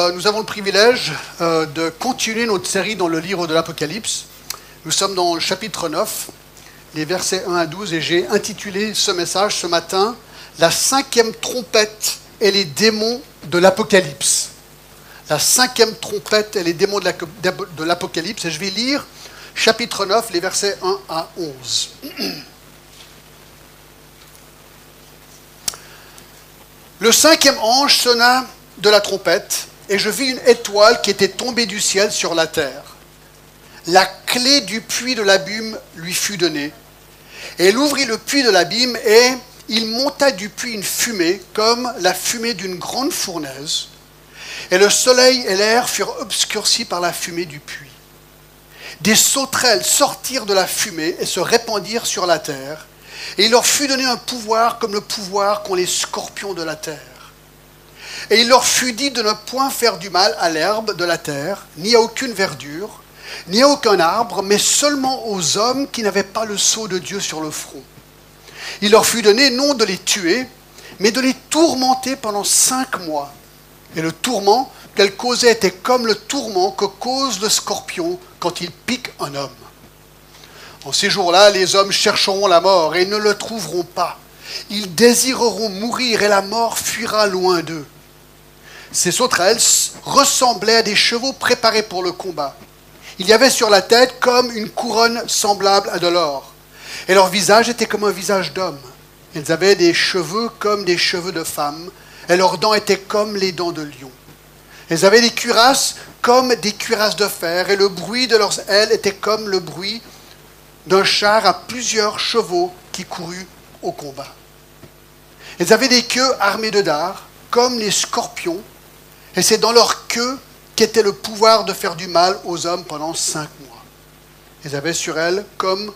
Nous avons le privilège de continuer notre série dans le livre de l'Apocalypse. Nous sommes dans le chapitre 9, les versets 1 à 12, et j'ai intitulé ce message ce matin « La cinquième trompette et les démons de l'Apocalypse ». La cinquième trompette et les démons de l'Apocalypse, et je vais lire chapitre 9, les versets 1 à 11. Le cinquième ange sonna de la trompette, et je vis une étoile qui était tombée du ciel sur la terre. La clé du puits de l'abîme lui fut donnée. Et elle ouvrit le puits de l'abîme, et il monta du puits une fumée, comme la fumée d'une grande fournaise. Et le soleil et l'air furent obscurcis par la fumée du puits. Des sauterelles sortirent de la fumée et se répandirent sur la terre. Et il leur fut donné un pouvoir comme le pouvoir qu'ont les scorpions de la terre. Et il leur fut dit de ne point faire du mal à l'herbe de la terre, ni à aucune verdure, ni à aucun arbre, mais seulement aux hommes qui n'avaient pas le sceau de Dieu sur le front. Il leur fut donné non de les tuer, mais de les tourmenter pendant 5 mois. Et le tourment qu'elle causait était comme le tourment que cause le scorpion quand il pique un homme. En ces jours-là, les hommes chercheront la mort et ne le trouveront pas. Ils désireront mourir et la mort fuira loin d'eux. Ces sauterelles ressemblaient à des chevaux préparés pour le combat. Il y avait sur la tête comme une couronne semblable à de l'or. Et leur visage était comme un visage d'homme. Ils avaient des cheveux comme des cheveux de femme, et leurs dents étaient comme les dents de lion. Ils avaient des cuirasses comme des cuirasses de fer, et le bruit de leurs ailes était comme le bruit d'un char à plusieurs chevaux qui courut au combat. Ils avaient des queues armées de dards, comme les scorpions, et c'est dans leur queue qu'était le pouvoir de faire du mal aux hommes pendant 5 mois. Ils avaient sur elles comme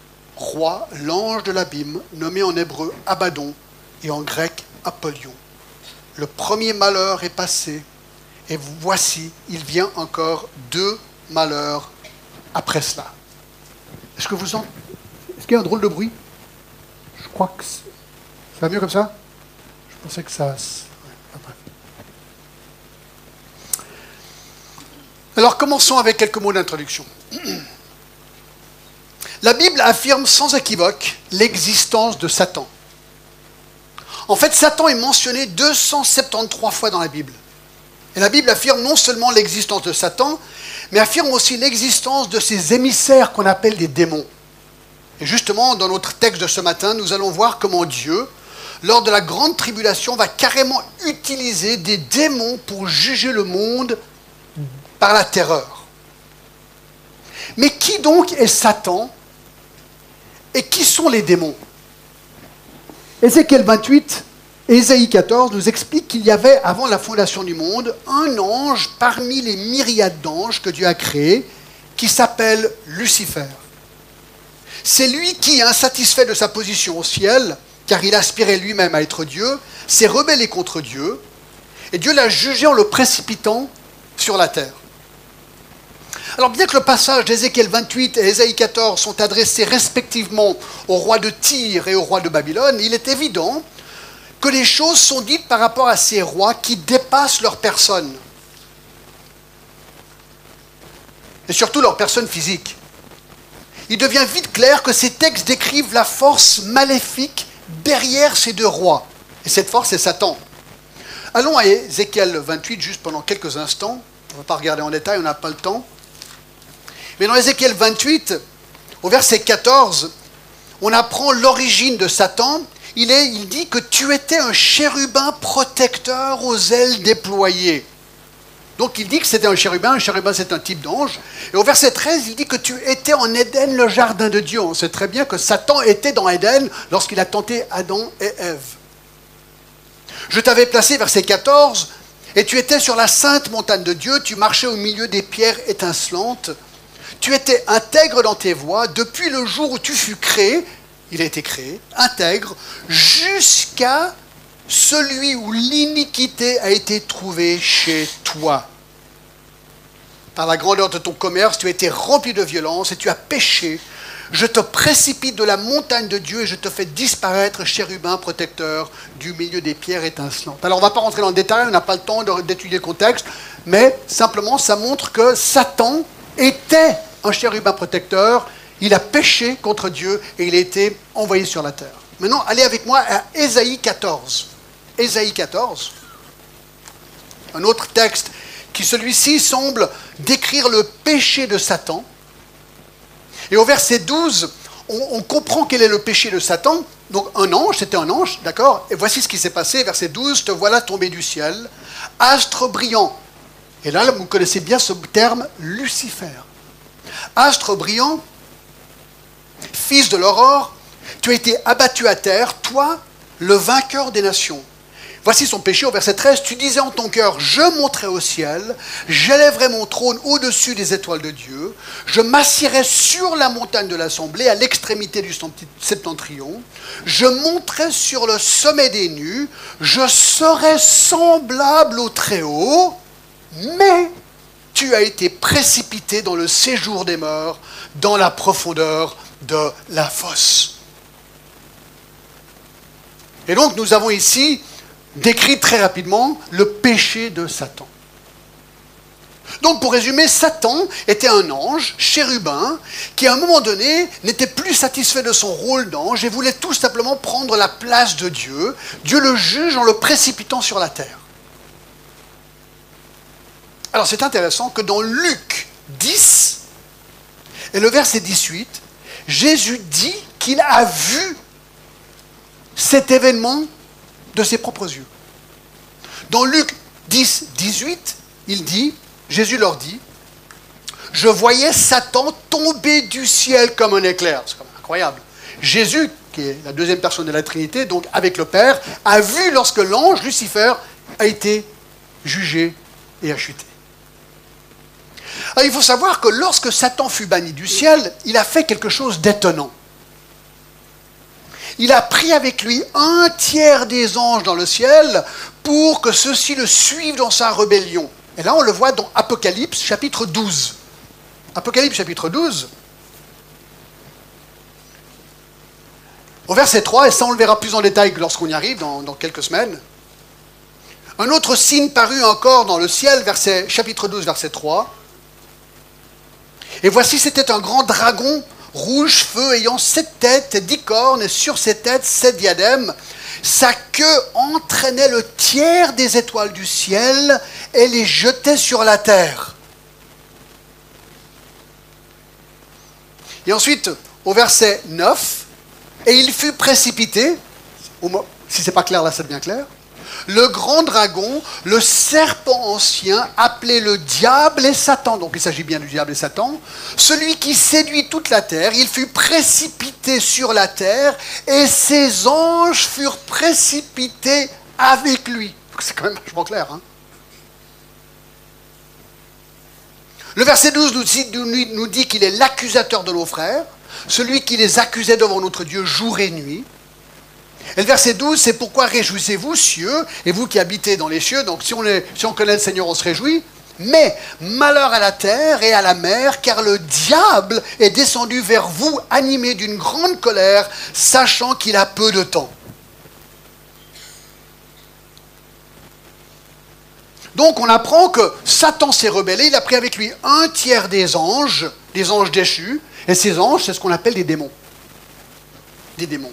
roi l'ange de l'abîme, nommé en hébreu Abaddon et en grec Apollyon. Le premier malheur est passé, et voici, il vient encore 2 malheurs après cela. Est-ce que vous entendez? Est-ce qu'il y a un drôle de bruit? Je crois que ça va mieux comme ça? Je pensais que ça... Ouais, après. Alors commençons avec quelques mots d'introduction. La Bible affirme sans équivoque l'existence de Satan. En fait, Satan est mentionné 273 fois dans la Bible. Et la Bible affirme non seulement l'existence de Satan, mais affirme aussi l'existence de ces émissaires qu'on appelle des démons. Et justement, dans notre texte de ce matin, nous allons voir comment Dieu, lors de la grande tribulation, va carrément utiliser des démons pour juger le monde par la terreur. Mais qui donc est Satan et qui sont les démons? Ézéchiel 28 et Ésaïe 14 nous expliquent qu'il y avait, avant la fondation du monde, un ange parmi les myriades d'anges que Dieu a créés, qui s'appelle Lucifer. C'est lui qui, insatisfait de sa position au ciel, car il aspirait lui-même à être Dieu, s'est rebellé contre Dieu, et Dieu l'a jugé en le précipitant sur la terre. Alors bien que le passage d'Ézéchiel 28 et Ésaïe 14 sont adressés respectivement au roi de Tyr et au roi de Babylone, il est évident que les choses sont dites par rapport à ces rois qui dépassent leur personne. Et surtout leur personne physique. Il devient vite clair que ces textes décrivent la force maléfique derrière ces 2 rois. Et cette force, c'est Satan. Allons à Ézéchiel 28 juste pendant quelques instants. On ne va pas regarder en détail, on n'a pas le temps. Mais dans Ézéchiel 28, au verset 14, on apprend l'origine de Satan. Il dit que tu étais un chérubin protecteur aux ailes déployées. Donc il dit que c'était un chérubin c'est un type d'ange. Et au verset 13, il dit que tu étais en Éden, le jardin de Dieu. On sait très bien que Satan était dans Éden lorsqu'il a tenté Adam et Ève. Je t'avais placé, verset 14, et tu étais sur la sainte montagne de Dieu, tu marchais au milieu des pierres étincelantes. Tu étais intègre dans tes voies depuis le jour où tu fus créé, il a été créé, intègre, jusqu'à celui où l'iniquité a été trouvée chez toi. par la grandeur de ton commerce, tu as été rempli de violence et tu as péché. Je te précipite de la montagne de Dieu et je te fais disparaître, chérubin protecteur, du milieu des pierres étincelantes. Alors on ne va pas rentrer dans le détail, on n'a pas le temps d'étudier le contexte, mais simplement ça montre que Satan était un chérubin protecteur, il a péché contre Dieu et il a été envoyé sur la terre. Maintenant, allez avec moi à Ésaïe 14. Ésaïe 14, un autre texte qui celui-ci semble décrire le péché de Satan. Et au verset 12, on comprend quel est le péché de Satan. Donc un ange, c'était un ange, d'accord? Et voici ce qui s'est passé, verset 12, te voilà tombé du ciel, astre brillant. Et là, vous connaissez bien ce terme, Lucifer. Astre brillant, fils de l'aurore, tu as été abattu à terre, toi, le vainqueur des nations. Voici son péché au verset 13. Tu disais en ton cœur, je monterai au ciel, j'élèverai mon trône au-dessus des étoiles de Dieu, je m'assierai sur la montagne de l'assemblée, à l'extrémité du septentrion, je monterai sur le sommet des nues, je serai semblable au Très-Haut, mais tu as été précipité dans le séjour des morts, dans la profondeur de la fosse. Et donc nous avons ici décrit très rapidement le péché de Satan. Donc pour résumer, Satan était un ange, chérubin, qui à un moment donné n'était plus satisfait de son rôle d'ange et voulait tout simplement prendre la place de Dieu. Dieu le juge en le précipitant sur la terre. Alors c'est intéressant que dans Luc 10 et le verset 18, Jésus dit qu'il a vu cet événement de ses propres yeux. Dans Luc 10, 18, il dit, Jésus leur dit, je voyais Satan tomber du ciel comme un éclair. C'est quand même incroyable. Jésus, qui est la deuxième personne de la Trinité, donc avec le Père, a vu lorsque l'ange Lucifer a été jugé et a chuté. Alors, il faut savoir que lorsque Satan fut banni du ciel, il a fait quelque chose d'étonnant. Il a pris avec lui un tiers des anges dans le ciel pour que ceux-ci le suivent dans sa rébellion. Et là, on le voit dans Apocalypse, chapitre 12. Apocalypse, chapitre 12. Au verset 3, et ça on le verra plus en détail lorsqu'on y arrive dans quelques semaines. Un autre signe parut encore dans le ciel, chapitre 12, verset 3. Et voici, c'était un grand dragon rouge feu, ayant 7 têtes, 10 cornes, et sur ses têtes 7 diadèmes. Sa queue entraînait le tiers des étoiles du ciel et les jetait sur la terre. Et ensuite, au verset 9, et il fut précipité, si ce n'est pas clair là, ça devient clair, le grand dragon, le serpent ancien, appelé le diable et Satan, donc il s'agit bien du diable et Satan, celui qui séduit toute la terre, il fut précipité sur la terre et ses anges furent précipités avec lui. C'est quand même vachement clair, hein? Le verset 12 nous dit qu'il est l'accusateur de nos frères, celui qui les accusait devant notre Dieu jour et nuit. Et le verset 12, c'est pourquoi réjouissez-vous, cieux, et vous qui habitez dans les cieux. Donc si on connaît le Seigneur, on se réjouit. Mais malheur à la terre et à la mer, car le diable est descendu vers vous, animé d'une grande colère, sachant qu'il a peu de temps. Donc on apprend que Satan s'est rebellé, il a pris avec lui un tiers des anges déchus, et ces anges, c'est ce qu'on appelle des démons. Des démons.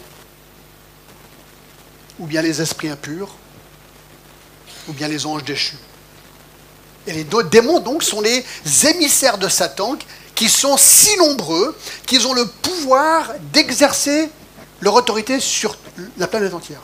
Ou bien les esprits impurs, ou bien les anges déchus. Et les deux démons, donc, sont les émissaires de Satan, qui sont si nombreux qu'ils ont le pouvoir d'exercer leur autorité sur la planète entière.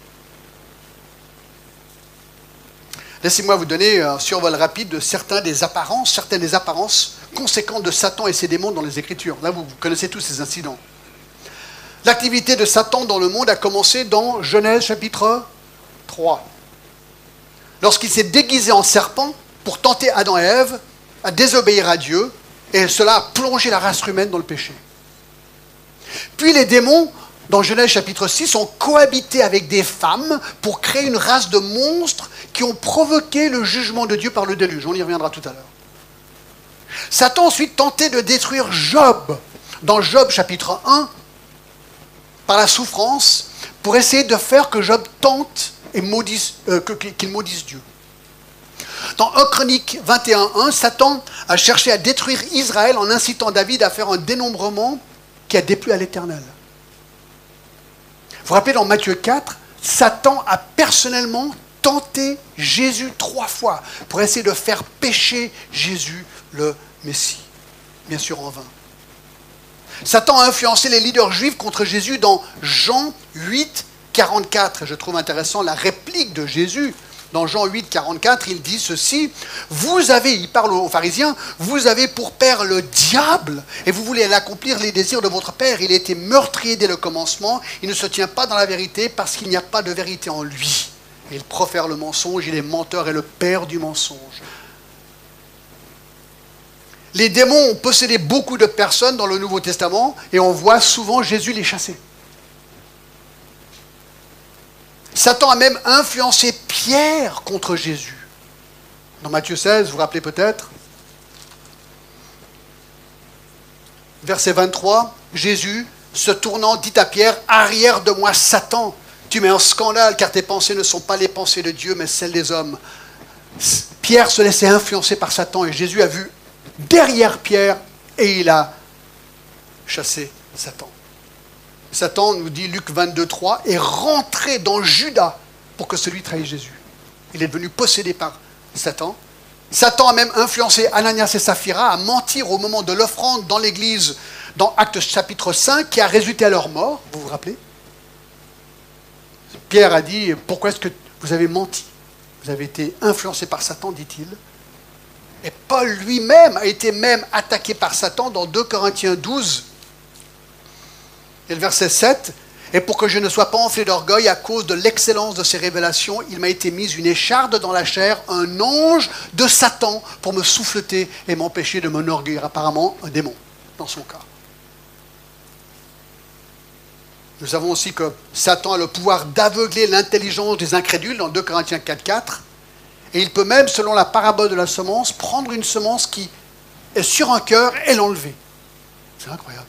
Laissez-moi vous donner un survol rapide de certaines des apparences conséquentes de Satan et ses démons dans les Écritures. Là, vous connaissez tous ces incidents. L'activité de Satan dans le monde a commencé dans Genèse chapitre 3. Lorsqu'il s'est déguisé en serpent pour tenter Adam et Ève à désobéir à Dieu, et cela a plongé la race humaine dans le péché. Puis les démons, dans Genèse chapitre 6, ont cohabité avec des femmes pour créer une race de monstres qui ont provoqué le jugement de Dieu par le déluge. On y reviendra tout à l'heure. Satan a ensuite tenté de détruire Job, dans Job chapitre 1, par la souffrance, pour essayer de faire que Job tente et qu'il maudisse Dieu. Dans 1 Chronique 21:1, Satan a cherché à détruire Israël en incitant David à faire un dénombrement qui a déplu à l'Éternel. Vous vous rappelez, dans Matthieu 4, Satan a personnellement tenté Jésus 3 fois pour essayer de faire pécher Jésus le Messie. Bien sûr en vain. Satan a influencé les leaders juifs contre Jésus dans Jean 8, 44. Je trouve intéressant la réplique de Jésus. Dans Jean 8, 44, il dit ceci, il parle aux pharisiens, vous avez pour père le diable et vous voulez accomplir les désirs de votre père. Il a été meurtrier dès le commencement, il ne se tient pas dans la vérité parce qu'il n'y a pas de vérité en lui. Il profère le mensonge, il est menteur et le père du mensonge. Les démons ont possédé beaucoup de personnes dans le Nouveau Testament et on voit souvent Jésus les chasser. Satan a même influencé Pierre contre Jésus. Dans Matthieu 16, vous vous rappelez peut-être, verset 23, Jésus, se tournant, dit à Pierre, « Arrière de moi, Satan, tu mets en scandale, car tes pensées ne sont pas les pensées de Dieu, mais celles des hommes. » Pierre se laissait influencer par Satan, et Jésus a vu derrière Pierre, et il a chassé Satan. Satan, nous dit Luc 22, 3, est rentré dans Judas pour que celui trahisse Jésus. Il est devenu possédé par Satan. Satan a même influencé Ananias et Saphira à mentir au moment de l'offrande dans l'église, dans Actes chapitre 5, qui a résulté à leur mort. Vous vous rappelez? Pierre a dit, pourquoi est-ce que vous avez menti? Vous avez été influencé par Satan, dit-il. Et Paul lui-même a été même attaqué par Satan dans 2 Corinthiens 12, et le verset 7, « Et pour que je ne sois pas enflé d'orgueil à cause de l'excellence de ces révélations, il m'a été mise une écharde dans la chair, un ange de Satan pour me souffleter et m'empêcher de m'enorgueillir. » Apparemment, un démon, dans son cas. Nous savons aussi que Satan a le pouvoir d'aveugler l'intelligence des incrédules, dans 2 Corinthiens 4, 4. Et il peut même, selon la parabole de la semence, prendre une semence qui est sur un cœur et l'enlever. C'est incroyable.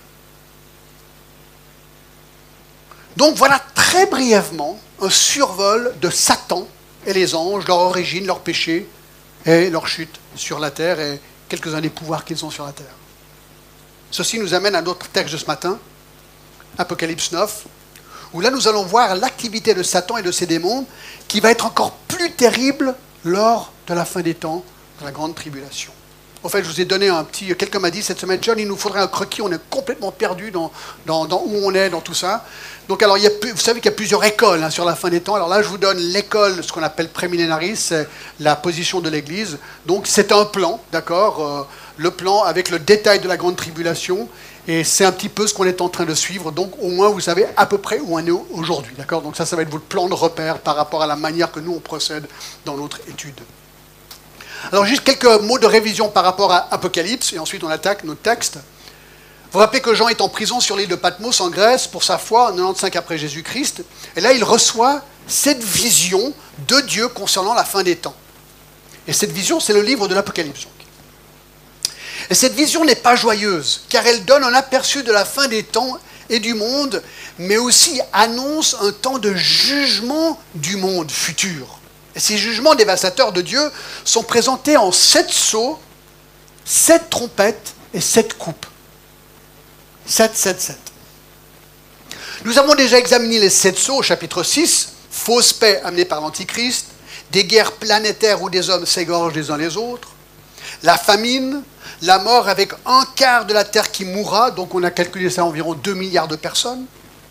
Donc voilà très brièvement un survol de Satan et les anges, leur origine, leur péché et leur chute sur la terre et quelques-uns des pouvoirs qu'ils ont sur la terre. Ceci nous amène à notre texte de ce matin, Apocalypse 9, où là nous allons voir l'activité de Satan et de ses démons qui va être encore plus terrible lors de la fin des temps, de la grande tribulation. En fait, je vous ai donné quelqu'un m'a dit cette semaine, John, il nous faudrait un croquis, on est complètement perdu dans où on est, dans tout ça. Donc alors, vous savez qu'il y a plusieurs écoles sur la fin des temps. Alors là, je vous donne l'école, ce qu'on appelle prémillénaris, c'est la position de l'Église. Donc c'est un plan, d'accord, le plan avec le détail de la grande tribulation. Et c'est un petit peu ce qu'on est en train de suivre. Donc au moins, vous savez à peu près où on est aujourd'hui, d'accord. Donc ça va être votre plan de repère par rapport à la manière que nous, on procède dans notre étude. Alors juste quelques mots de révision par rapport à Apocalypse, et ensuite on attaque notre texte. Vous vous rappelez que Jean est en prison sur l'île de Patmos en Grèce pour sa foi en 95 après Jésus-Christ, et là il reçoit cette vision de Dieu concernant la fin des temps. Et cette vision, c'est le livre de l'Apocalypse. Et cette vision n'est pas joyeuse, car elle donne un aperçu de la fin des temps et du monde, mais aussi annonce un temps de jugement du monde futur. Et ces jugements dévastateurs de Dieu sont présentés en 7 sceaux, 7 trompettes et 7 coupes. 7, 7, 7. Nous avons déjà examiné les 7 sceaux au chapitre 6, fausse paix amenée par l'Antichrist, des guerres planétaires où des hommes s'égorgent les uns les autres, la famine, la mort avec un quart de la terre qui mourra, donc on a calculé ça à environ 2 milliards de personnes.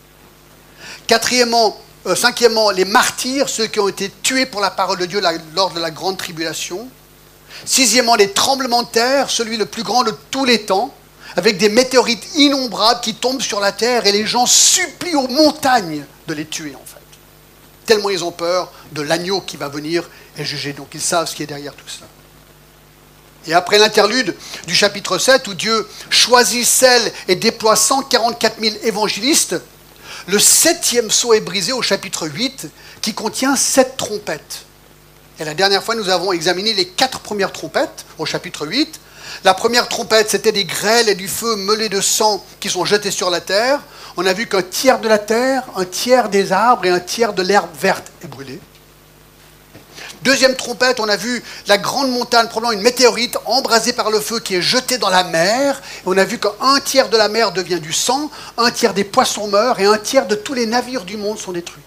Cinquièmement, les martyrs, ceux qui ont été tués pour la parole de Dieu lors de la grande tribulation. Sixièmement, les tremblements de terre, celui le plus grand de tous les temps, avec des météorites innombrables qui tombent sur la terre et les gens supplient aux montagnes de les tuer en fait. Tellement ils ont peur de l'agneau qui va venir et juger, donc ils savent ce qui est derrière tout ça. Et après l'interlude du chapitre 7, où Dieu choisit, scelle et déploie 144 000 évangélistes, le 7e sceau est brisé au chapitre 8, qui contient 7 trompettes. Et la dernière fois, nous avons examiné les 4 premières trompettes, au chapitre 8, La première trompette, c'était des grêles et du feu mêlés de sang qui sont jetés sur la terre. On a vu qu'un tiers de la terre, un tiers des arbres et un tiers de l'herbe verte est brûlé. Deuxième trompette, on a vu la grande montagne, probablement une météorite embrasée par le feu qui est jetée dans la mer. Et on a vu qu'un tiers de la mer devient du sang, un tiers des poissons meurent et un tiers de tous les navires du monde sont détruits.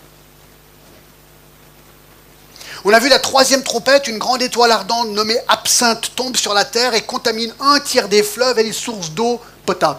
On a vu la troisième trompette, une grande étoile ardente nommée Absinthe tombe sur la terre et contamine un tiers des fleuves et les sources d'eau potable.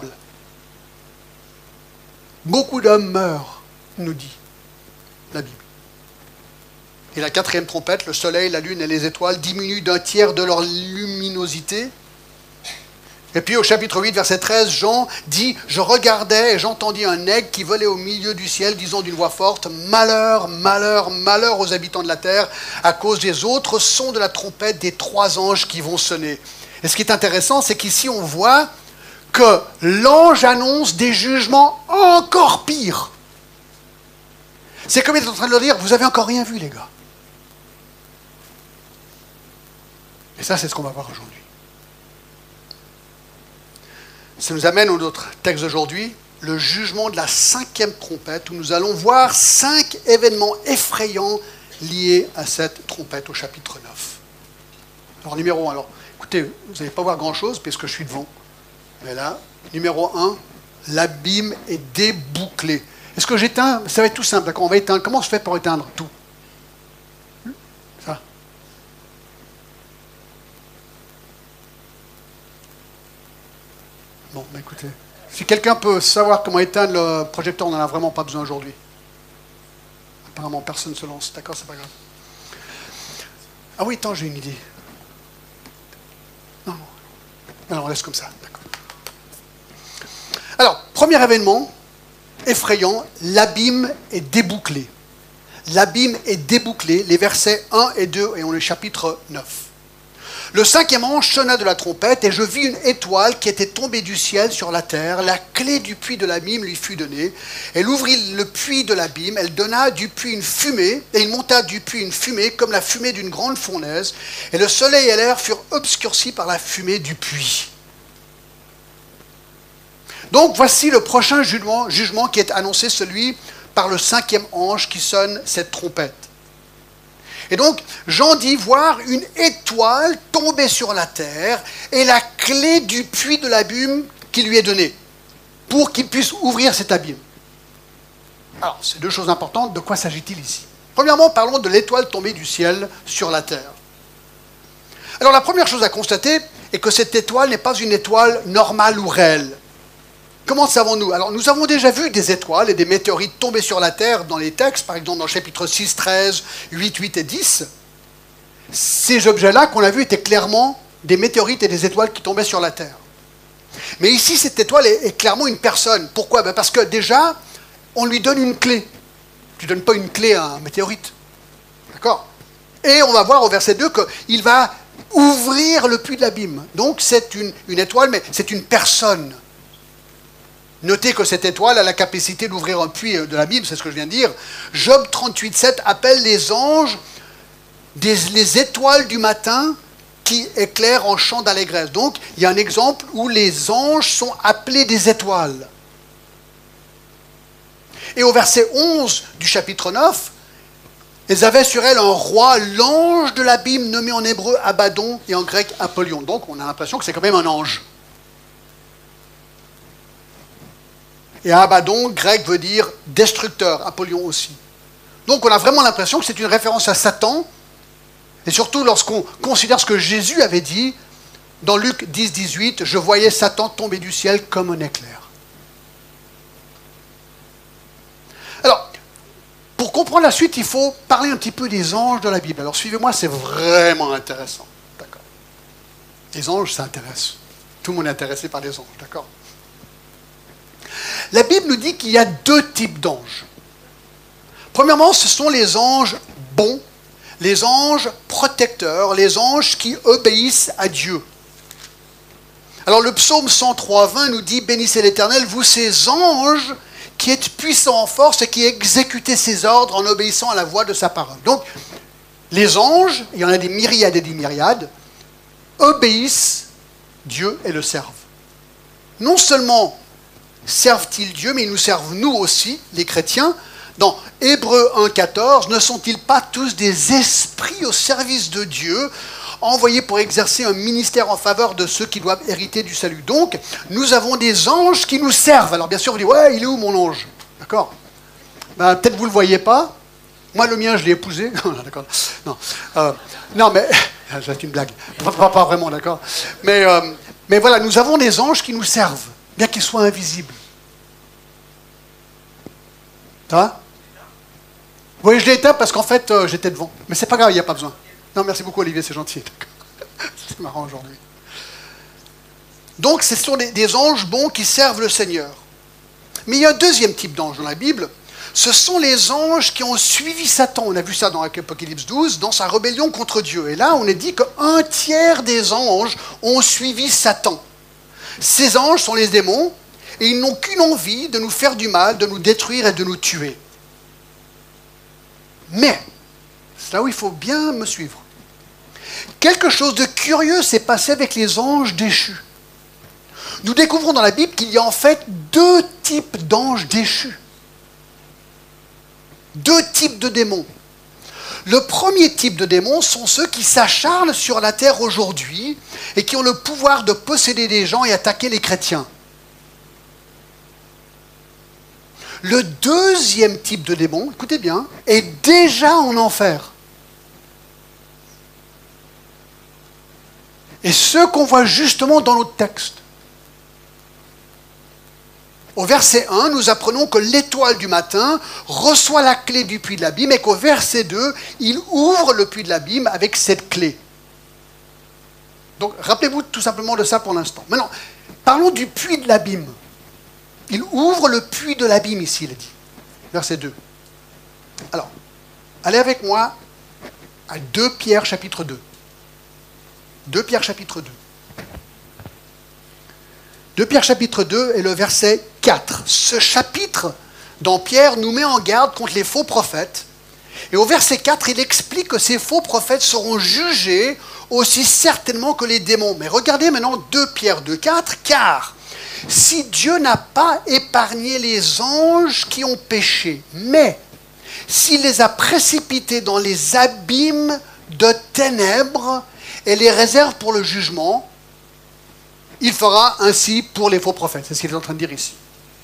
Beaucoup d'hommes meurent, nous dit la Bible. Et la quatrième trompette, le soleil, la lune et les étoiles diminuent d'un tiers de leur luminosité. Et puis au chapitre 8, verset 13, Jean dit « Je regardais et j'entendis un aigle qui volait au milieu du ciel, disant d'une voix forte, Malheur, malheur, malheur aux habitants de la terre, à cause des autres sons de la trompette des 3 anges qui vont sonner. » Et ce qui est intéressant, c'est qu'ici on voit que l'ange annonce des jugements encore pires. C'est comme il est en train de leur dire, vous n'avez encore rien vu les gars. Et ça, c'est ce qu'on va voir aujourd'hui. Ça nous amène au notre texte d'aujourd'hui, le jugement de la 5e trompette, où nous allons voir 5 événements effrayants liés à cette trompette au chapitre 9. Alors, numéro 1, alors, écoutez, vous n'allez pas voir grand-chose puisque je suis devant. Mais là, numéro 1, l'abîme est débouclé. Est-ce que j'éteins? Ça va être tout simple, d'accord? On va éteindre. Comment on se fait pour éteindre tout? Ça. Bon, bah écoutez, si quelqu'un peut savoir comment éteindre le projecteur, on n'en a vraiment pas besoin aujourd'hui. Apparemment, personne ne se lance, d'accord, c'est pas grave. Ah oui, attends, j'ai une idée. Non, non, on laisse comme ça, d'accord. Alors, premier événement effrayant, l'abîme est débouclé. L'abîme est débouclé, les versets 1 et 2, et on est chapitre 9. Le 5e ange sonna de la trompette, et je vis une étoile qui était tombée du ciel sur la terre. La clé du puits de l'abîme lui fut donnée. Elle ouvrit le puits de l'abîme, elle donna du puits une fumée, et il monta du puits une fumée comme la fumée d'une grande fournaise, et le soleil et l'air furent obscurcis par la fumée du puits. Donc voici le prochain jugement qui est annoncé, celui par le 5e ange qui sonne cette trompette. Et donc, Jean dit voir une étoile tomber sur la terre et la clé du puits de l'abîme qui lui est donnée pour qu'il puisse ouvrir cet abîme. Alors, c'est 2 choses importantes. De quoi s'agit-il ici? Premièrement, parlons de l'étoile tombée du ciel sur la terre. Alors, la première chose à constater est que cette étoile n'est pas une étoile normale ou réelle. Comment savons-nous? Alors, nous avons déjà vu des étoiles et des météorites tomber sur la Terre dans les textes, par exemple dans le chapitre 6, 13, 8, 8 et 10. Ces objets-là qu'on a vus étaient clairement des météorites et des étoiles qui tombaient sur la Terre. Mais ici, cette étoile est clairement une personne. Pourquoi? Parce que déjà, on lui donne une clé. Tu ne donnes pas une clé à un météorite. D'accord? Et on va voir au verset 2 qu'il va ouvrir le puits de l'abîme. Donc, c'est une étoile, mais c'est une personne. Notez que cette étoile a la capacité d'ouvrir un puits de la Bible, c'est ce que je viens de dire. Job 38, 7 appelle les anges les étoiles du matin qui éclairent en chant d'allégresse. Donc, il y a un exemple où les anges sont appelés des étoiles. Et au verset 11 du chapitre 9, elles avaient sur elles un roi, l'ange de l'abîme, nommé en hébreu Abaddon et en grec Apollyon. Donc, on a l'impression que c'est quand même un ange. Et Abaddon, grec, veut dire destructeur, Apollyon aussi. Donc on a vraiment l'impression que c'est une référence à Satan, et surtout lorsqu'on considère ce que Jésus avait dit dans Luc 10, 18, « Je voyais Satan tomber du ciel comme un éclair. » Alors, pour comprendre la suite, il faut parler un petit peu des anges de la Bible. Alors suivez-moi, c'est vraiment intéressant. D'accord. Les anges, ça intéresse. Tout le monde est intéressé par les anges, d'accord? La Bible nous dit qu'il y a 2 types d'anges. Premièrement, ce sont les anges bons, les anges protecteurs, les anges qui obéissent à Dieu. Alors le psaume 103, 20 nous dit « Bénissez l'Éternel, vous ces anges qui êtes puissants en force et qui exécutez ses ordres en obéissant à la voix de sa parole. » Donc, les anges, il y en a des myriades et des myriades, obéissent Dieu et le servent. Non seulement servent-ils Dieu, mais ils nous servent nous aussi, les chrétiens. Dans Hébreux 1,14, ne sont-ils pas tous des esprits au service de Dieu, envoyés pour exercer un ministère en faveur de ceux qui doivent hériter du salut? Donc, nous avons des anges qui nous servent. Alors bien sûr, vous dites, ouais, il est où mon ange? D'accord? Ben, peut-être vous ne le voyez pas. Moi, le mien, je l'ai épousé. Non, d'accord. Non, non, mais c'est une blague. Pas vraiment, d'accord. Mais voilà, nous avons des anges qui nous servent, bien qu'ils soient invisibles. Ça va? Oui, je l'ai éteint parce qu'en fait, j'étais devant. Mais c'est pas grave, il n'y a pas besoin. Non, merci beaucoup, Olivier, c'est gentil. C'est marrant aujourd'hui. Donc, ce sont des anges bons qui servent le Seigneur. Mais il y a un deuxième type d'ange dans la Bible. Ce sont les anges qui ont suivi Satan. On a vu ça dans Apocalypse 12, dans sa rébellion contre Dieu. Et là, on est dit qu'un tiers des anges ont suivi Satan. Ces anges sont les démons, et ils n'ont qu'une envie de nous faire du mal, de nous détruire et de nous tuer. Mais, c'est là où il faut bien me suivre. Quelque chose de curieux s'est passé avec les anges déchus. Nous découvrons dans la Bible qu'il y a en fait deux types d'anges déchus. Deux types de démons. Le premier type de démons sont ceux qui s'acharnent sur la terre aujourd'hui et qui ont le pouvoir de posséder des gens et attaquer les chrétiens. Le deuxième type de démon, écoutez bien, est déjà en enfer. Et ce qu'on voit justement dans notre texte. Au verset 1, nous apprenons que l'étoile du matin reçoit la clé du puits de l'abîme et qu'au verset 2, il ouvre le puits de l'abîme avec cette clé. Donc, rappelez-vous tout simplement de ça pour l'instant. Maintenant, parlons du puits de l'abîme. Il ouvre le puits de l'abîme ici, il est dit. Verset 2. Alors, allez avec moi à 2 Pierre chapitre 2. 2 Pierre chapitre 2. 2 Pierre chapitre 2 et le verset 4. Ce chapitre dans Pierre nous met en garde contre les faux prophètes. Et au verset 4, il explique que ces faux prophètes seront jugés aussi certainement que les démons. Mais regardez maintenant 2 Pierre 2, 4, car si Dieu n'a pas épargné les anges qui ont péché, mais s'il les a précipités dans les abîmes de ténèbres et les réserve pour le jugement, il fera ainsi pour les faux prophètes. C'est ce qu'il est en train de dire ici.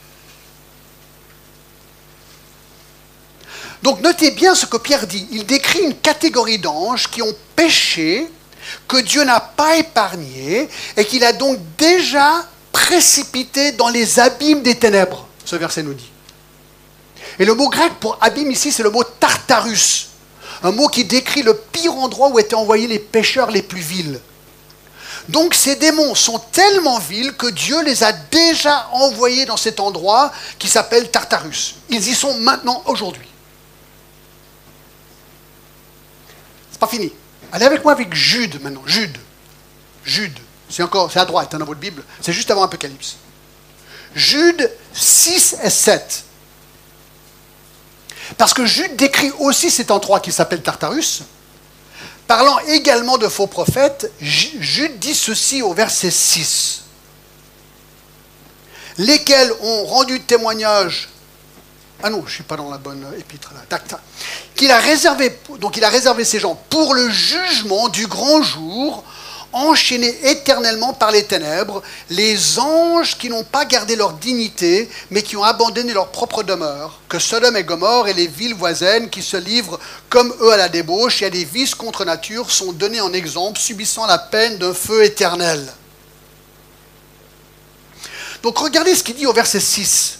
Donc notez bien ce que Pierre dit. Il décrit une catégorie d'anges qui ont péché, que Dieu n'a pas épargné, et qu'il a donc déjà précipité dans les abîmes des ténèbres. Ce verset nous dit. Et le mot grec pour abîme ici, c'est le mot tartarus. Un mot qui décrit le pire endroit où étaient envoyés les pécheurs les plus vils. Donc ces démons sont tellement vils que Dieu les a déjà envoyés dans cet endroit qui s'appelle Tartarus. Ils y sont maintenant, aujourd'hui. C'est pas fini. Allez avec moi avec Jude maintenant. Jude. C'est à droite dans votre Bible. C'est juste avant Apocalypse. Jude 6 et 7. Parce que Jude décrit aussi cet endroit qui s'appelle Tartarus. Parlant également de faux prophètes, Jude dit ceci au verset 6. Lesquels ont rendu témoignage. Ah non, je ne suis pas dans la bonne épître là. Qu'il a réservé, donc il a réservé ces gens pour le jugement du grand jour, enchaînés éternellement par les ténèbres, les anges qui n'ont pas gardé leur dignité, mais qui ont abandonné leur propre demeure, que Sodome et Gomorrhe et les villes voisines qui se livrent comme eux à la débauche et à des vices contre nature sont donnés en exemple, subissant la peine d'un feu éternel. Donc regardez ce qu'il dit au verset 6.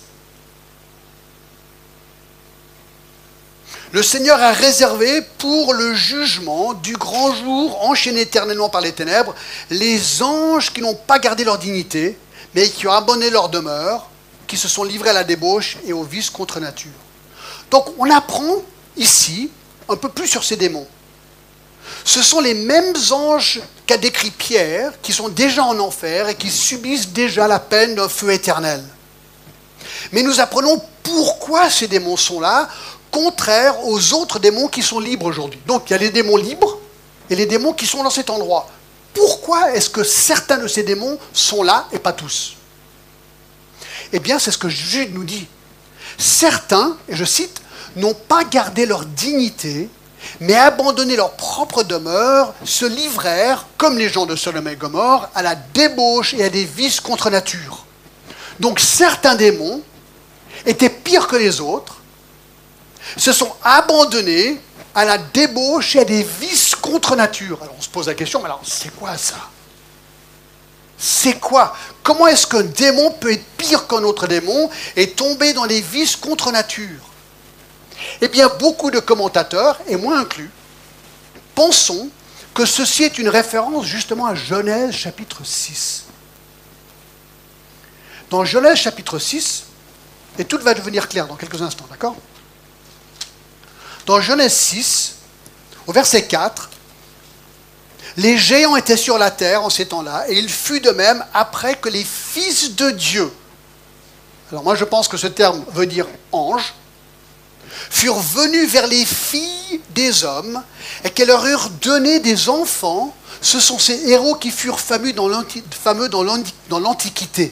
Le Seigneur a réservé pour le jugement du grand jour, enchaînés éternellement par les ténèbres, les anges qui n'ont pas gardé leur dignité, mais qui ont abandonné leur demeure, qui se sont livrés à la débauche et au vice contre nature. Donc on apprend ici un peu plus sur ces démons. Ce sont les mêmes anges qu'a décrit Pierre, qui sont déjà en enfer et qui subissent déjà la peine d'un feu éternel. Mais nous apprenons pourquoi ces démons sont là, contraire aux autres démons qui sont libres aujourd'hui. Donc il y a les démons libres et les démons qui sont dans cet endroit. pourquoi est-ce que certains de ces démons sont là et pas tous? Eh bien, c'est ce que Jude nous dit. Certains, et je cite, n'ont pas gardé leur dignité, mais abandonné leur propre demeure, se livrèrent, comme les gens de Sodome et Gomorrhe, à la débauche et à des vices contre nature. Donc certains démons étaient pires que les autres, se sont abandonnés à la débauche et à des vices contre nature. Alors on se pose la question, mais alors c'est quoi ça? C'est quoi? Comment est-ce qu'un démon peut être pire qu'un autre démon et tomber dans des vices contre nature? Eh bien, beaucoup de commentateurs, et moi inclus, pensons que ceci est une référence justement à Genèse chapitre 6. Dans Genèse chapitre 6, et tout va devenir clair dans quelques instants, d'accord? Dans Genèse 6, au verset 4, les géants étaient sur la terre en ces temps-là, et il fut de même après que les fils de Dieu, alors moi je pense que ce terme veut dire ange, furent venus vers les filles des hommes, et qu'elles leur eurent donné des enfants. Ce sont ces héros qui furent fameux dans l'Antiquité.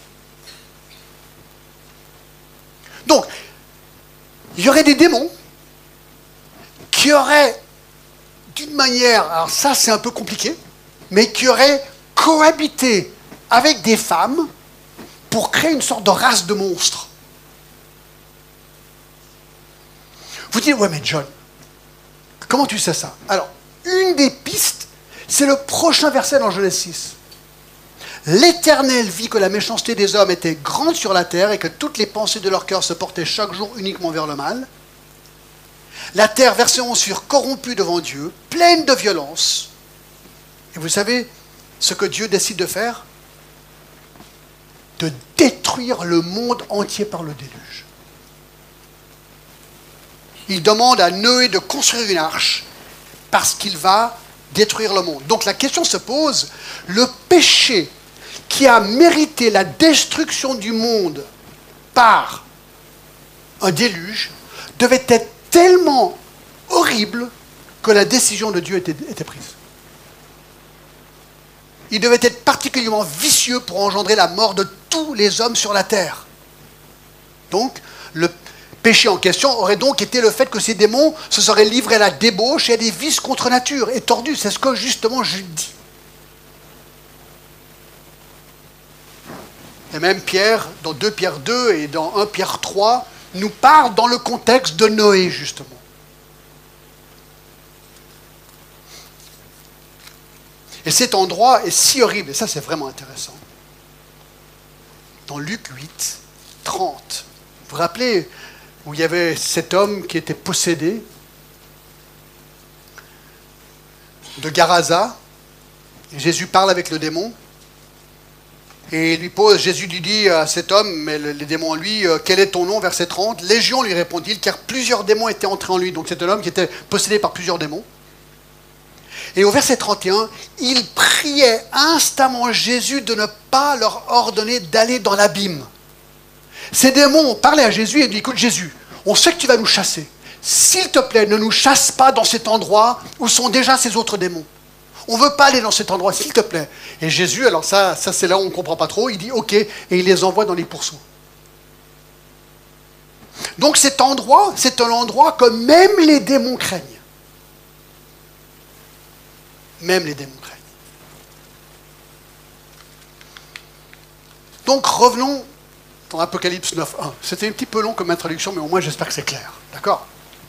Donc, il y aurait des démons qui auraient, d'une manière, alors ça c'est un peu compliqué, mais qui auraient cohabité avec des femmes pour créer une sorte de race de monstres. Vous dites, ouais mais John, comment tu sais ça? Alors, une des pistes, c'est le prochain verset dans Genèse 6. L'Éternel vit que la méchanceté des hommes était grande sur la terre et que toutes les pensées de leur cœur se portaient chaque jour uniquement vers le mal. La terre versait en furent corrompue devant Dieu, pleine de violence. Et vous savez ce que Dieu décide de faire? De détruire le monde entier par le déluge. Il demande à Noé de construire une arche parce qu'il va détruire le monde. Donc la question se pose, le péché qui a mérité la destruction du monde par un déluge devait être tellement horrible que la décision de Dieu était prise. Il devait être particulièrement vicieux pour engendrer la mort de tous les hommes sur la terre. Donc, le péché en question aurait donc été le fait que ces démons se seraient livrés à la débauche et à des vices contre nature et tordus. C'est ce que justement Jude dit. Et même Pierre, dans 2 Pierre 2 et dans 1 Pierre 3, nous parle dans le contexte de Noé, justement. Et cet endroit est si horrible, et ça c'est vraiment intéressant. Dans Luc 8, 30, vous vous rappelez où il y avait cet homme qui était possédé de Garasa, et Jésus parle avec le démon, et Jésus lui dit à cet homme, mais les démons en lui, quel est ton nom? Verset 30, Légion, lui répondit-il, car plusieurs démons étaient entrés en lui. Donc c'est un homme qui était possédé par plusieurs démons. Et au verset 31, il priait instamment Jésus de ne pas leur ordonner d'aller dans l'abîme. Ces démons ont parlé à Jésus et dit, écoute Jésus, on sait que tu vas nous chasser. S'il te plaît, ne nous chasse pas dans cet endroit où sont déjà ces autres démons. On ne veut pas aller dans cet endroit, s'il te plaît. Et Jésus, alors ça c'est là où on ne comprend pas trop, il dit ok, et il les envoie dans les pourceaux. Donc cet endroit, c'est un endroit que même les démons craignent. Même les démons craignent. Donc revenons dans Apocalypse 9.1. C'était un petit peu long comme introduction, mais au moins j'espère que c'est clair. D'accord ?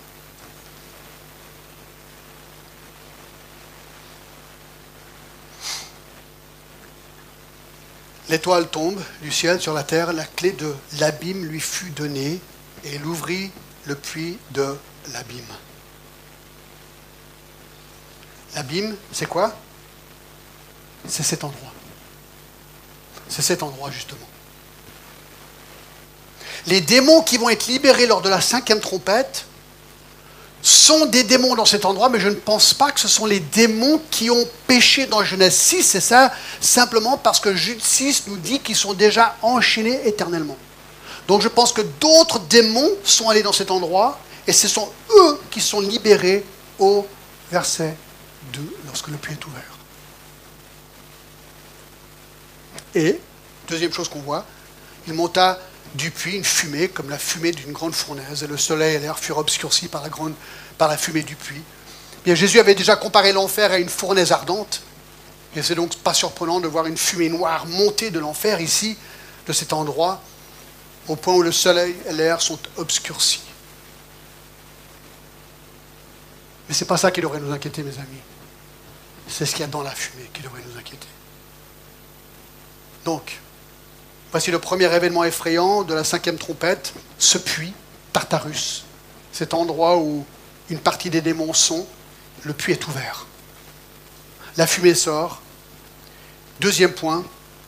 L'étoile tombe du ciel sur la terre, la clé de l'abîme lui fut donnée, et il ouvrit le puits de l'abîme. L'abîme, c'est quoi? C'est cet endroit. C'est cet endroit, justement. Les démons qui vont être libérés lors de la 5e trompette sont des démons dans cet endroit, mais je ne pense pas que ce sont les démons qui ont péché dans Genèse 6, c'est ça, simplement parce que Jude 6 nous dit qu'ils sont déjà enchaînés éternellement. Donc je pense que d'autres démons sont allés dans cet endroit, et ce sont eux qui sont libérés au verset 2, lorsque le puits est ouvert. Et, deuxième chose qu'on voit, il monta du puits une fumée, comme la fumée d'une grande fournaise, et le soleil et l'air furent obscurcis par la fumée du puits. Bien, Jésus avait déjà comparé l'enfer à une fournaise ardente, et c'est donc pas surprenant de voir une fumée noire monter de l'enfer ici, de cet endroit, au point où le soleil et l'air sont obscurcis. Mais ce n'est pas ça qui devrait nous inquiéter, mes amis. C'est ce qu'il y a dans la fumée qui devrait nous inquiéter. Donc, voici le premier événement effrayant de la 5e trompette, ce puits, Tartarus, cet endroit où une partie des démons sont, le puits est ouvert. La fumée sort. Deuxième point,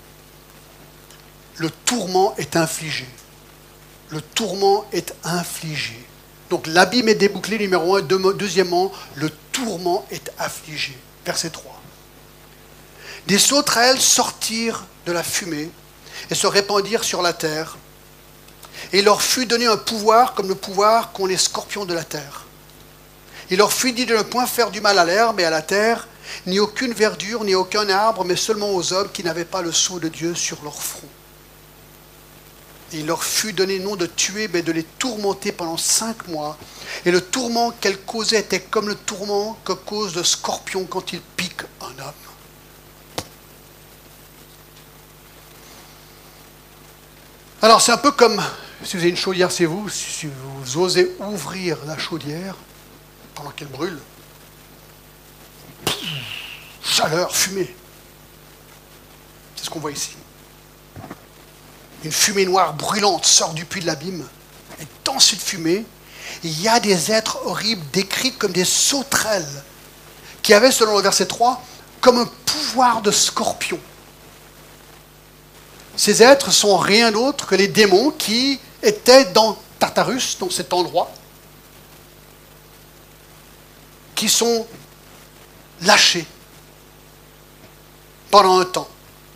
le tourment est infligé. Le tourment est infligé. Donc l'abîme est débouclé, numéro 1. Deuxièmement, le tourment est affligé. Verset 3. Des sauterelles sortirent de la fumée et se répandirent sur la terre. Et il leur fut donné un pouvoir comme le pouvoir qu'ont les scorpions de la terre. Il leur fut dit de ne point faire du mal à l'herbe et à la terre, ni aucune verdure, ni aucun arbre, mais seulement aux hommes qui n'avaient pas le sceau de Dieu sur leur front. Et il leur fut donné non de tuer, mais de les tourmenter pendant 5 mois. Et le tourment qu'elles causaient était comme le tourment que cause le scorpion quand il pique un homme. Alors c'est un peu comme, si vous avez une chaudière, c'est vous, si vous osez ouvrir la chaudière pendant qu'elle brûle, chaleur, fumée. C'est ce qu'on voit ici. Une fumée noire brûlante sort du puits de l'abîme. Et dans cette fumée, il y a des êtres horribles décrits comme des sauterelles qui avaient, selon le verset 3, comme un pouvoir de scorpion. Ces êtres sont rien d'autre que les démons qui étaient dans Tartarus, dans cet endroit, qui sont lâchés pendant un temps.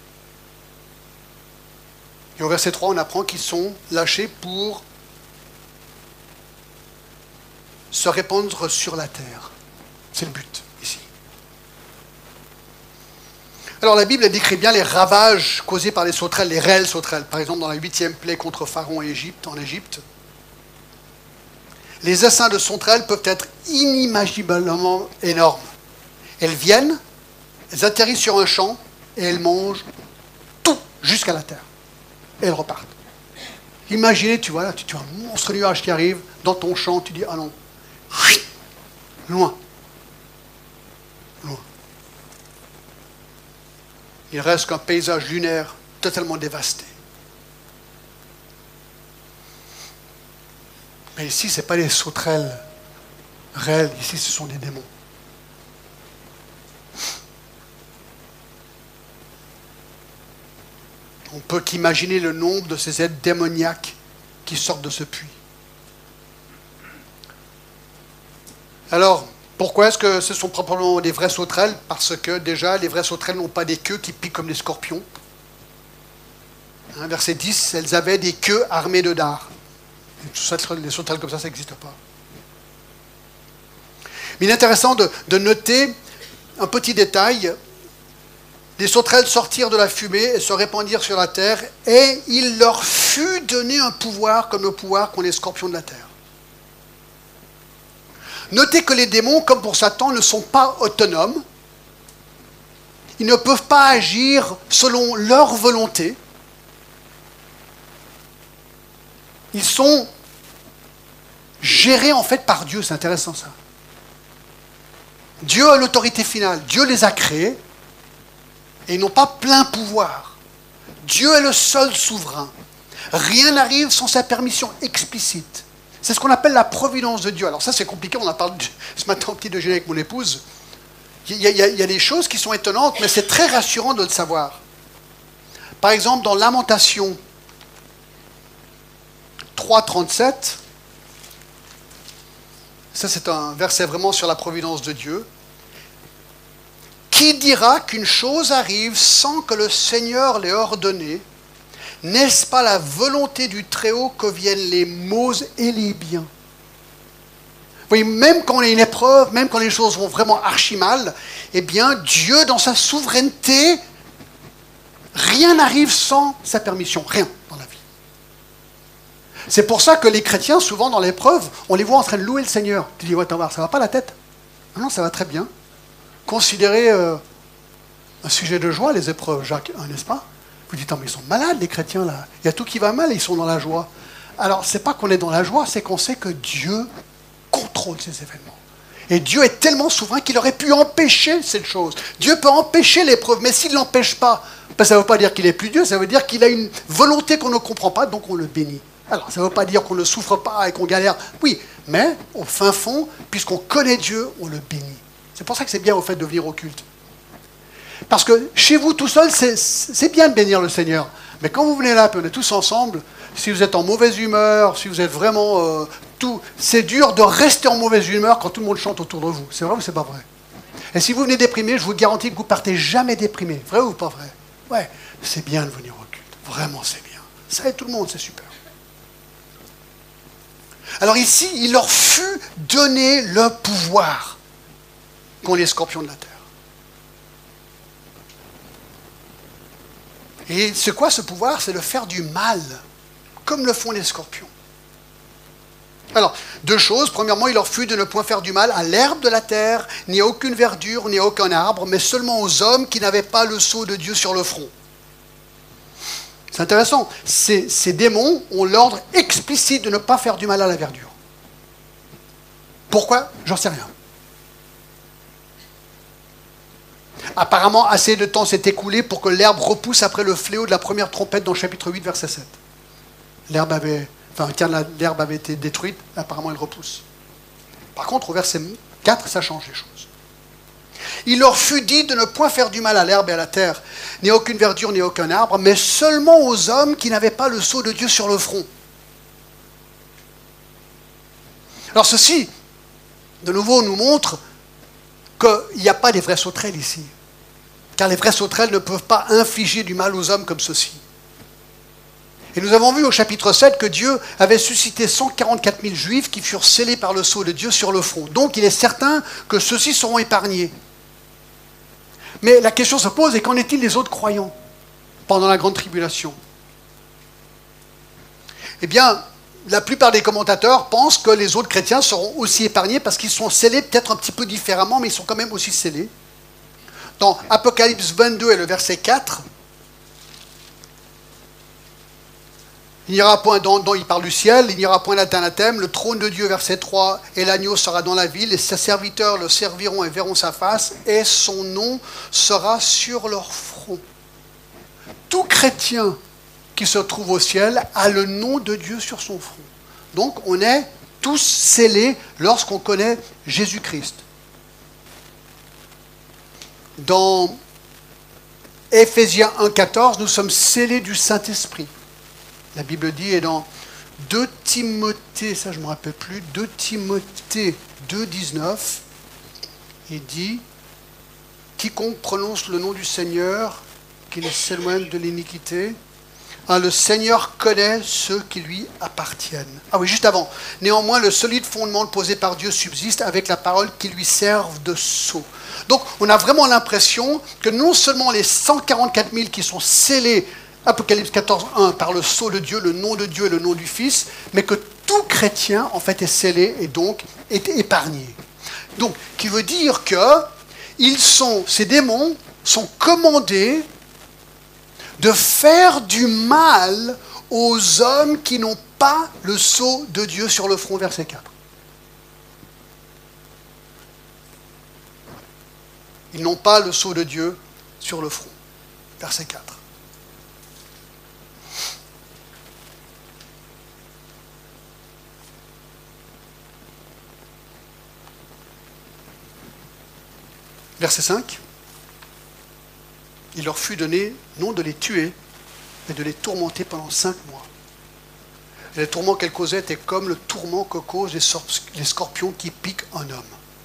Et au verset 3, on apprend qu'ils sont lâchés pour se répandre sur la terre. C'est le but, ici. Alors la Bible décrit bien les ravages causés par les sauterelles, les réelles sauterelles. Par exemple, dans la 8e plaie contre Pharaon en Égypte, les essaims de sauterelles peuvent être inimaginablement énormes. Elles viennent, elles atterrissent sur un champ et elles mangent tout jusqu'à la terre. Et elles repartent. Imaginez, tu vois, là, tu as un monstre nuage qui arrive dans ton champ, tu dis, ah non, loin. Loin. Il reste qu'un paysage lunaire totalement dévasté. Mais ici, ce n'est pas les sauterelles réelles, ici, ce sont des démons. On peut qu'imaginer le nombre de ces êtres démoniaques qui sortent de ce puits. Alors, pourquoi est-ce que ce sont probablement des vraies sauterelles? Parce que déjà, les vraies sauterelles n'ont pas des queues qui piquent comme des scorpions. Verset 10, elles avaient des queues armées de dards. Les sauterelles comme ça n'existe pas. Mais il est intéressant de noter un petit détail. Les sauterelles sortirent de la fumée et se répandirent sur la terre, et il leur fut donné un pouvoir comme le pouvoir qu'ont les scorpions de la terre. Notez que les démons, comme pour Satan, ne sont pas autonomes. Ils ne peuvent pas agir selon leur volonté. Ils sont gérés en fait par Dieu, c'est intéressant ça. Dieu a l'autorité finale, Dieu les a créés, et ils n'ont pas plein pouvoir. Dieu est le seul souverain. Rien n'arrive sans sa permission explicite. C'est ce qu'on appelle la providence de Dieu. Alors ça c'est compliqué, on en parle ce matin au petit déjeuner avec mon épouse. Il y a des choses qui sont étonnantes, mais c'est très rassurant de le savoir. Par exemple, dans Lamentation 3.37, ça c'est un verset vraiment sur la providence de Dieu. Qui dira qu'une chose arrive sans que le Seigneur l'ait ordonnée? N'est-ce pas la volonté du Très-Haut que viennent les maux et les biens? Vous voyez, même quand on a une épreuve, même quand les choses vont vraiment archi mal, eh bien, Dieu, dans sa souveraineté, Rien n'arrive sans sa permission, rien dans la vie. C'est pour ça que les chrétiens, souvent dans l'épreuve, on les voit en train de louer le Seigneur. Tu dis, ouais, attends, ça va pas la tête? Non, ça va très bien. Considérez un sujet de joie, les épreuves, Jacques, n'est-ce pas? Vous dites, mais ils sont malades, les chrétiens, là. Il y a tout qui va mal et ils sont dans la joie. Alors, c'est pas qu'on est dans la joie, c'est qu'on sait que Dieu contrôle ces événements. Et Dieu est tellement souverain qu'il aurait pu empêcher cette chose. Dieu peut empêcher l'épreuve, mais s'il ne l'empêche pas, ben ça ne veut pas dire qu'il est plus Dieu, ça veut dire qu'il a une volonté qu'on ne comprend pas, donc on le bénit. Alors, ça ne veut pas dire qu'on ne souffre pas et qu'on galère. Oui, mais au fin fond, puisqu'on connaît Dieu, on le bénit. C'est pour ça que c'est bien au fait de venir au culte. Parce que chez vous tout seul, c'est bien de bénir le Seigneur. Mais quand vous venez là, puis on est tous ensemble, si vous êtes en mauvaise humeur, si vous êtes vraiment c'est dur de rester en mauvaise humeur quand tout le monde chante autour de vous. C'est vrai ou c'est pas vrai? Et si vous venez déprimé, je vous garantis que vous partez jamais déprimé. Vrai ou pas vrai? Ouais, c'est bien de venir au culte. Vraiment, c'est bien. Ça aide tout le monde, c'est super. Alors ici, il leur fut donné le pouvoir qu'ont les scorpions de la terre. Et c'est quoi ce pouvoir? C'est de faire du mal, comme le font les scorpions. Alors, deux choses. Premièrement, il leur fut de ne point faire du mal à l'herbe de la terre, ni à aucune verdure, ni à aucun arbre, mais seulement aux hommes qui n'avaient pas le sceau de Dieu sur le front. C'est intéressant. Ces démons ont l'ordre explicite de ne pas faire du mal à la verdure. Pourquoi? J'en sais rien. Apparemment, assez de temps s'est écoulé pour que l'herbe repousse après le fléau de la première trompette dans le chapitre 8, verset 7. L'herbe avait été détruite, apparemment elle repousse. Par contre, au verset 4, ça change les choses. Il leur fut dit de ne point faire du mal à l'herbe et à la terre, ni à aucune verdure, ni à aucun arbre, mais seulement aux hommes qui n'avaient pas le sceau de Dieu sur le front. Alors ceci, de nouveau, nous montre qu'il n'y a pas des vraies sauterelles ici. Car les vraies sauterelles ne peuvent pas infliger du mal aux hommes comme ceci. Et nous avons vu au chapitre 7 que Dieu avait suscité 144 000 juifs qui furent scellés par le sceau de Dieu sur le front. Donc il est certain que ceux-ci seront épargnés. Mais la question se pose, et qu'en est-il des autres croyants pendant la grande tribulation? Eh bien, la plupart des commentateurs pensent que les autres chrétiens seront aussi épargnés parce qu'ils sont scellés peut-être un petit peu différemment, mais ils sont quand même aussi scellés. Dans Apocalypse 22 et le verset 4, il n'y aura point, dont il parle du ciel, il n'y aura point d'anathème, le trône de Dieu, verset 3, et l'agneau sera dans la ville, et ses serviteurs le serviront et verront sa face, et son nom sera sur leur front. Tout chrétien qui se trouve au ciel a le nom de Dieu sur son front. Donc on est tous scellés lorsqu'on connaît Jésus-Christ. Dans Éphésiens 1,14, nous sommes scellés du Saint-Esprit. La Bible dit, et dans 2 Timothée, ça je ne me rappelle plus, 2 Timothée 2,19, il dit, quiconque prononce le nom du Seigneur, qu'il s'éloigne de l'iniquité, le Seigneur connaît ceux qui lui appartiennent. Ah oui, juste avant. Néanmoins, le solide fondement posé par Dieu subsiste avec la parole qui lui serve de sceau. Donc, on a vraiment l'impression que non seulement les 144 000 qui sont scellés, Apocalypse 14, 1, par le sceau de Dieu, le nom de Dieu et le nom du Fils, mais que tout chrétien, en fait, est scellé et donc est épargné. Donc, qui veut dire que ces démons sont commandés de faire du mal aux hommes qui n'ont pas le sceau de Dieu sur le front, verset 4. Ils n'ont pas le sceau de Dieu sur le front, verset 4. Verset 5. Il leur fut donné non de les tuer, mais de les tourmenter pendant 5 mois. Et les tourments qu'elles causaient étaient comme le tourment que causent les scorpions qui piquent un homme.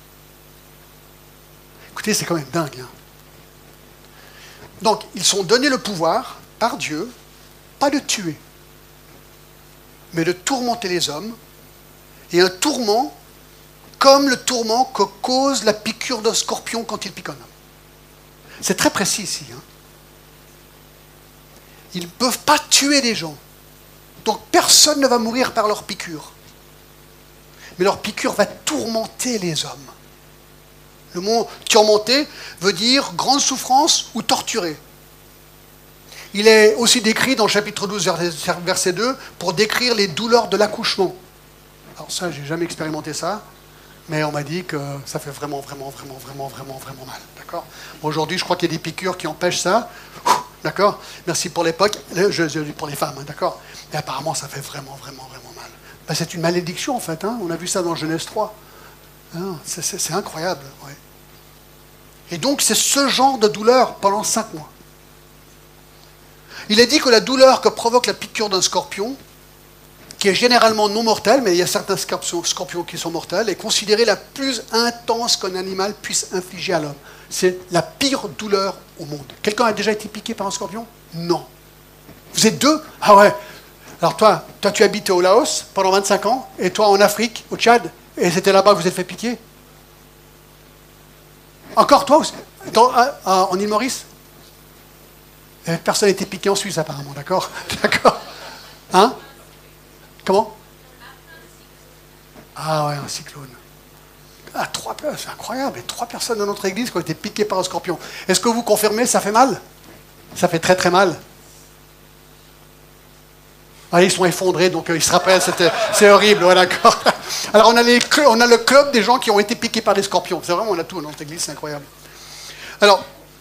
Écoutez, c'est quand même dingue. Hein? Donc, ils sont donnés le pouvoir par Dieu, pas de tuer, mais de tourmenter les hommes. Et un tourment comme le tourment que cause la piqûre d'un scorpion quand il pique un homme. C'est très précis ici. Hein. Ils ne peuvent pas tuer des gens. Donc personne ne va mourir par leur piqûre. Mais leur piqûre va tourmenter les hommes. Le mot tourmenter veut dire grande souffrance ou torturer. Il est aussi décrit dans le chapitre 12, verset 2, pour décrire les douleurs de l'accouchement. Alors ça, j'ai jamais expérimenté ça, mais on m'a dit que ça fait vraiment mal. D'accord ? Aujourd'hui, je crois qu'il y a des piqûres qui empêchent ça. D'accord ? Merci pour l'époque. Je dis pour les femmes, hein, d'accord ? Et apparemment, ça fait vraiment mal. Ben, c'est une malédiction, en fait. Hein. On a vu ça dans Genèse 3. Hein, c'est incroyable. Ouais. Et donc, c'est ce genre de douleur pendant 5 mois. Il est dit que la douleur que provoque la piqûre d'un scorpion, qui est généralement non mortelle, mais il y a certains scorpions qui sont mortels, est considérée la plus intense qu'un animal puisse infliger à l'homme. C'est la pire douleur au monde. Quelqu'un a déjà été piqué par un scorpion? Non. Vous êtes 2? Ah ouais. Alors toi, tu habitais au Laos pendant 25 ans, et toi en Afrique, au Tchad, et c'était là-bas que vous êtes fait piquer? Encore toi aussi, en île Maurice? Personne n'a été piqué en Suisse apparemment, d'accord? D'accord. Hein? Comment? Ah ouais, un cyclone. Ah, c'est incroyable. Il y a 3 personnes dans notre église qui ont été piquées par un scorpion. Est-ce que vous confirmez, ça fait mal? Ça fait très mal. Ah, ils sont effondrés, donc ils se rappellent, c'est horrible, ouais, d'accord. Alors on a le club des gens qui ont été piqués par des scorpions. C'est vraiment, on a tout dans notre église, c'est incroyable. Alors,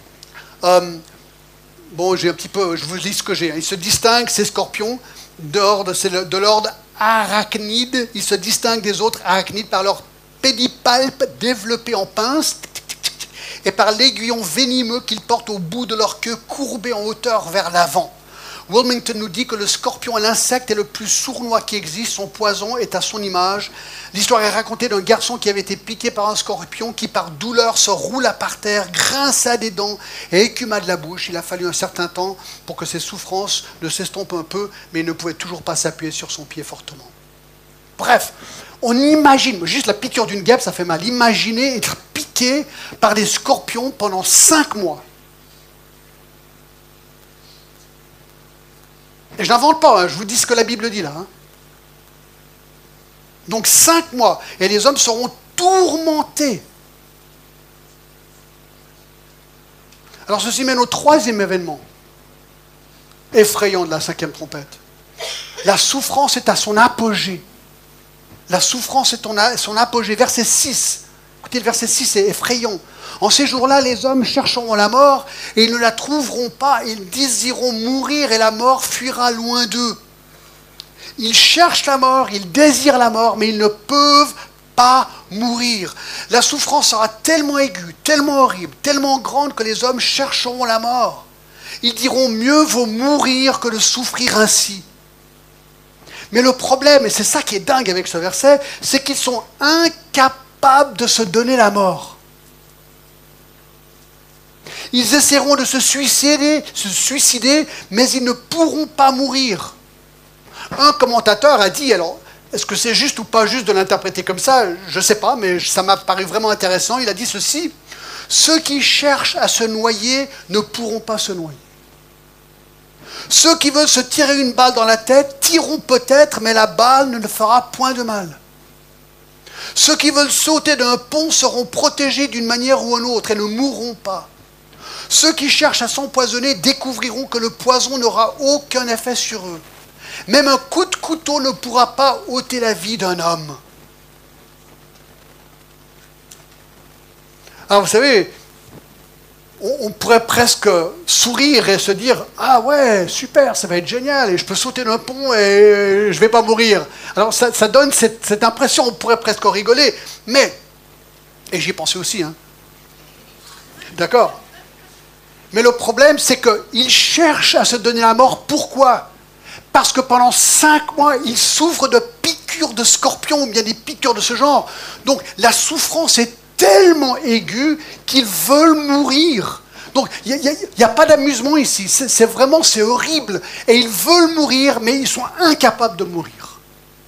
bon, je vous lis ce que j'ai. Ils se distinguent, ces scorpions, de l'ordre arachnide. Ils se distinguent des autres arachnides par leur pédipalpe développé en pince et par l'aiguillon venimeux qu'ils portent au bout de leur queue courbée en hauteur vers l'avant. Wilmington nous dit que le scorpion est l'insecte le plus sournois qui existe, son poison est à son image. L'histoire est racontée d'un garçon qui avait été piqué par un scorpion qui par douleur se roula par terre, grinça des dents et écuma de la bouche. Il a fallu un certain temps pour que ses souffrances ne s'estompent un peu, mais il ne pouvait toujours pas s'appuyer sur son pied fortement. Bref, on imagine, juste la piqûre d'une guêpe ça fait mal, imaginez être piqué par des scorpions pendant 5 mois. Et je n'invente pas, hein, je vous dis ce que la Bible dit là. Hein. Donc 5 mois, et les hommes seront tourmentés. Alors ceci mène au 3e événement, effrayant de la 5e trompette. La souffrance est à son apogée. La souffrance est à son apogée. Verset 6. Écoutez, le verset 6 est effrayant. En ces jours-là, les hommes chercheront la mort et ils ne la trouveront pas. Ils désireront mourir et la mort fuira loin d'eux. Ils cherchent la mort, ils désirent la mort, mais ils ne peuvent pas mourir. La souffrance sera tellement aiguë, tellement horrible, tellement grande que les hommes chercheront la mort. Ils diront mieux vaut mourir que de souffrir ainsi. Mais le problème, et c'est ça qui est dingue avec ce verset, c'est qu'ils sont incapables de se donner la mort. Ils essaieront de se suicider, mais ils ne pourront pas mourir. Un commentateur a dit, alors, est-ce que c'est juste ou pas juste de l'interpréter comme ça? Je ne sais pas, mais ça m'a paru vraiment intéressant. Il a dit ceci, ceux qui cherchent à se noyer ne pourront pas se noyer. Ceux qui veulent se tirer une balle dans la tête tireront peut-être, mais la balle ne leur fera point de mal. Ceux qui veulent sauter d'un pont seront protégés d'une manière ou d'une autre et ne mourront pas. Ceux qui cherchent à s'empoisonner découvriront que le poison n'aura aucun effet sur eux. Même un coup de couteau ne pourra pas ôter la vie d'un homme. Alors vous savez, on pourrait presque sourire et se dire « Ah ouais, super, ça va être génial, et je peux sauter d'un pont et je ne vais pas mourir. » Alors ça donne cette impression, on pourrait presque rigoler, mais, et j'y ai pensé aussi, hein. D'accord? Mais le problème, c'est qu'ils cherchent à se donner la mort. Pourquoi? Parce que pendant 5 mois, ils souffrent de piqûres de scorpions ou bien des piqûres de ce genre. Donc la souffrance est tellement aiguë qu'ils veulent mourir. Donc il n'y a pas d'amusement ici. C'est horrible. Et ils veulent mourir, mais ils sont incapables de mourir.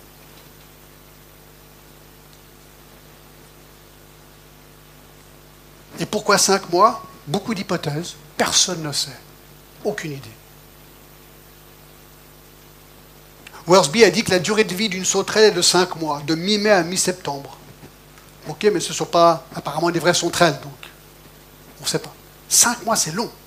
Et pourquoi 5 mois? Beaucoup d'hypothèses. Personne ne sait. Aucune idée. Worsby a dit que la durée de vie d'une sauterelle est de 5 mois, de mi-mai à mi-septembre. Ok, mais ce ne sont pas apparemment des vraies sauterelles, donc on ne sait pas. 5 mois, c'est long.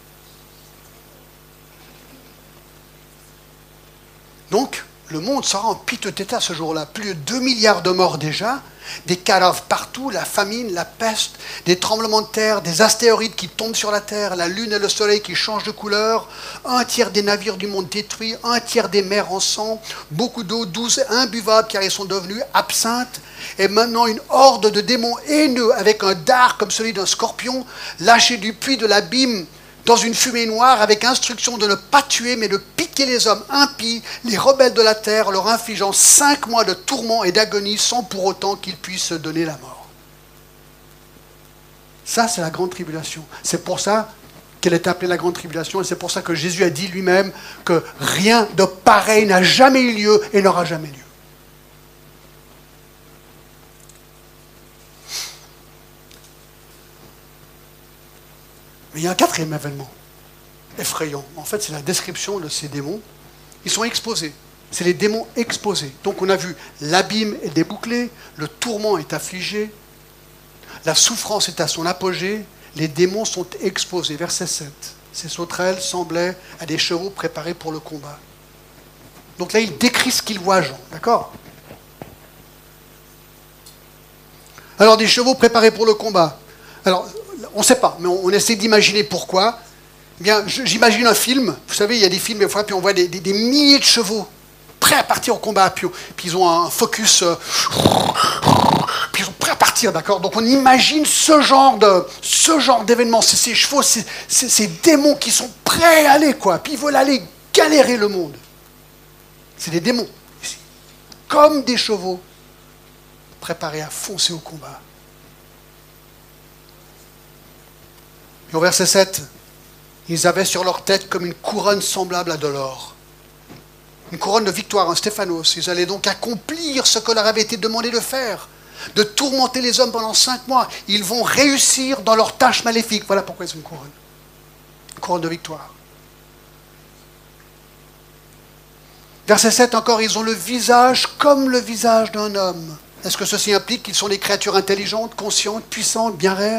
Donc, le monde sera en piteux état ce jour-là. Plus de 2 milliards de morts déjà, des cadavres partout, la famine, la peste, des tremblements de terre, des astéroïdes qui tombent sur la Terre, la Lune et le Soleil qui changent de couleur, 1/3 des navires du monde détruits, 1/3 des mers en sang, beaucoup d'eau douce et imbuvable car ils sont devenus absinthes, et maintenant une horde de démons haineux avec un dard comme celui d'un scorpion, lâché du puits de l'abîme, dans une fumée noire, avec instruction de ne pas tuer, mais de piquer les hommes impies, les rebelles de la terre, leur infligeant 5 mois de tourments et d'agonie, sans pour autant qu'ils puissent se donner la mort. Ça, c'est la grande tribulation. C'est pour ça qu'elle est appelée la grande tribulation, et c'est pour ça que Jésus a dit lui-même que rien de pareil n'a jamais eu lieu et n'aura jamais lieu. Mais il y a un quatrième événement effrayant. En fait, c'est la description de ces démons. Ils sont exposés. C'est les démons exposés. Donc on a vu l'abîme est débouclé, le tourment est affligé, la souffrance est à son apogée, les démons sont exposés. Verset 7. Ces sauterelles semblaient à des chevaux préparés pour le combat. Donc là, il décrit ce qu'il voit, Jean. D'accord ? Alors, des chevaux préparés pour le combat. Alors, on ne sait pas, mais on essaie d'imaginer pourquoi. Eh bien, j'imagine un film. Vous savez, il y a des films, des fois, puis on voit des milliers de chevaux prêts à partir au combat. Puis ils ont un focus, puis ils sont prêts à partir, d'accord ? Donc on imagine ce genre d'événement. C'est ces chevaux, ces démons qui sont prêts à aller, quoi. Puis ils veulent aller galérer le monde. C'est des démons, ici. Comme des chevaux préparés à foncer au combat. Et au verset 7, ils avaient sur leur tête comme une couronne semblable à de l'or. Une couronne de victoire, un stéphanos. Ils allaient donc accomplir ce que leur avait été demandé de faire, de tourmenter les hommes pendant 5 mois. Ils vont réussir dans leur tâche maléfique. Voilà pourquoi ils ont une couronne. Une couronne de victoire. Verset 7 encore, ils ont le visage comme le visage d'un homme. Est-ce que ceci implique qu'ils sont des créatures intelligentes, conscientes, puissantes, bien réelles ?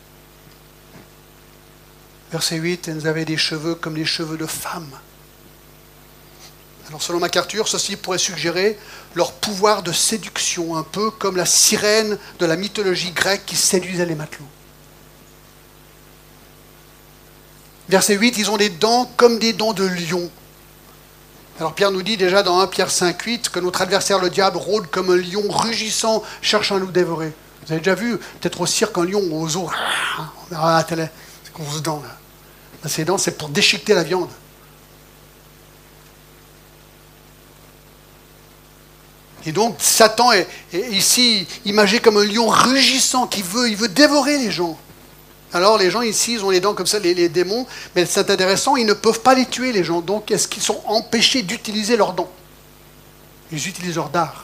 Verset 8, ils avaient des cheveux comme des cheveux de femmes. Alors selon MacArthur, ceci pourrait suggérer leur pouvoir de séduction, un peu comme la sirène de la mythologie grecque qui séduisait les matelots. Verset 8, ils ont des dents comme des dents de lion. Alors Pierre nous dit déjà dans 1 Pierre 5, 8 que notre adversaire le diable rôde comme un lion rugissant, cherchant à nous dévorer. Vous avez déjà vu, peut-être au cirque, un lion ou au zoo. On verra à la télé, c'est qu'on se dents là. Ces dents, c'est pour déchiqueter la viande. Et donc, Satan est ici imagé comme un lion rugissant qui veut dévorer les gens. Alors, les gens ici, ils ont les dents comme ça, les démons, mais c'est intéressant, ils ne peuvent pas les tuer, les gens. Donc, est-ce qu'ils sont empêchés d'utiliser leurs dents ? Ils utilisent leur dard.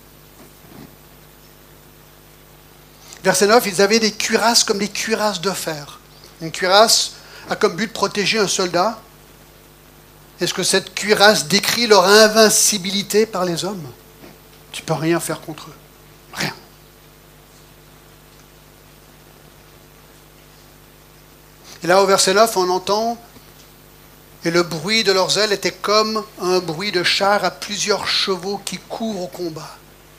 Verset 9, ils avaient des cuirasses comme des cuirasses de fer. Une cuirasse a comme but de protéger un soldat. Est-ce que cette cuirasse décrit leur invincibilité par les hommes ? Tu ne peux rien faire contre eux. Rien. Et là, au verset 9, on entend « Et le bruit de leurs ailes était comme un bruit de char à plusieurs chevaux qui courent au combat. »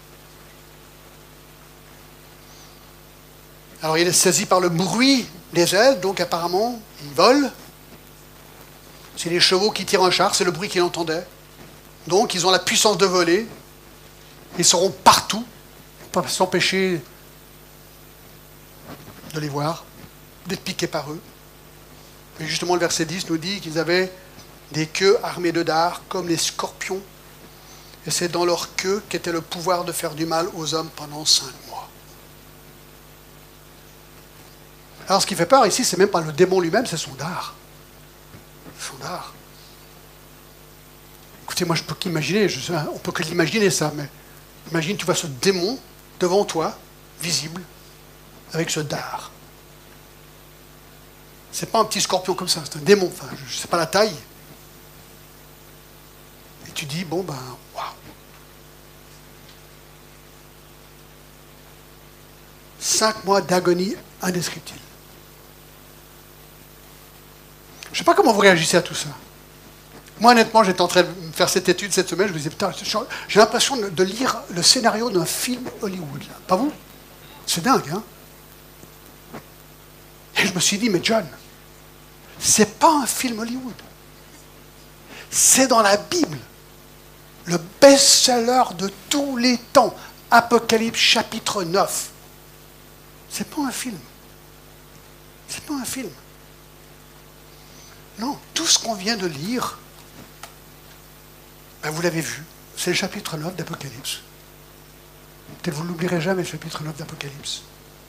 Alors, il est saisi par le bruit des ailes, donc apparemment, ils volent. C'est les chevaux qui tirent un char, c'est le bruit qu'il entendait. Donc, ils ont la puissance de voler. Ils seront partout, pas s'empêcher de les voir, d'être piqués par eux. Et justement, le verset 10 nous dit qu'ils avaient des queues armées de dards, comme les scorpions. Et c'est dans leur queue qu'était le pouvoir de faire du mal aux hommes pendant 5 mois. Alors, ce qui fait peur ici, c'est même pas le démon lui-même, c'est son dard. Son dard. Écoutez, moi, je peux qu'imaginer, on peut que l'imaginer ça, mais imagine, tu vois ce démon devant toi, visible, avec ce dard. C'est pas un petit scorpion comme ça, c'est un démon, enfin, je ne sais pas la taille. Et tu dis, bon ben, waouh. 5 mois d'agonie indescriptible. Je ne sais pas comment vous réagissez à tout ça. Moi, honnêtement, j'étais en train de faire cette étude cette semaine, je me disais, putain, j'ai l'impression de lire le scénario d'un film Hollywood. Là. Pas vous? C'est dingue, hein? Et je me suis dit, mais John, c'est pas un film Hollywood. C'est dans la Bible. Le best-seller de tous les temps. Apocalypse chapitre 9. C'est pas un film. C'est pas un film. Non, tout ce qu'on vient de lire, ben vous l'avez vu, c'est le chapitre 9 d'Apocalypse. Peut-être vous ne l'oublierez jamais, le chapitre 9 d'Apocalypse.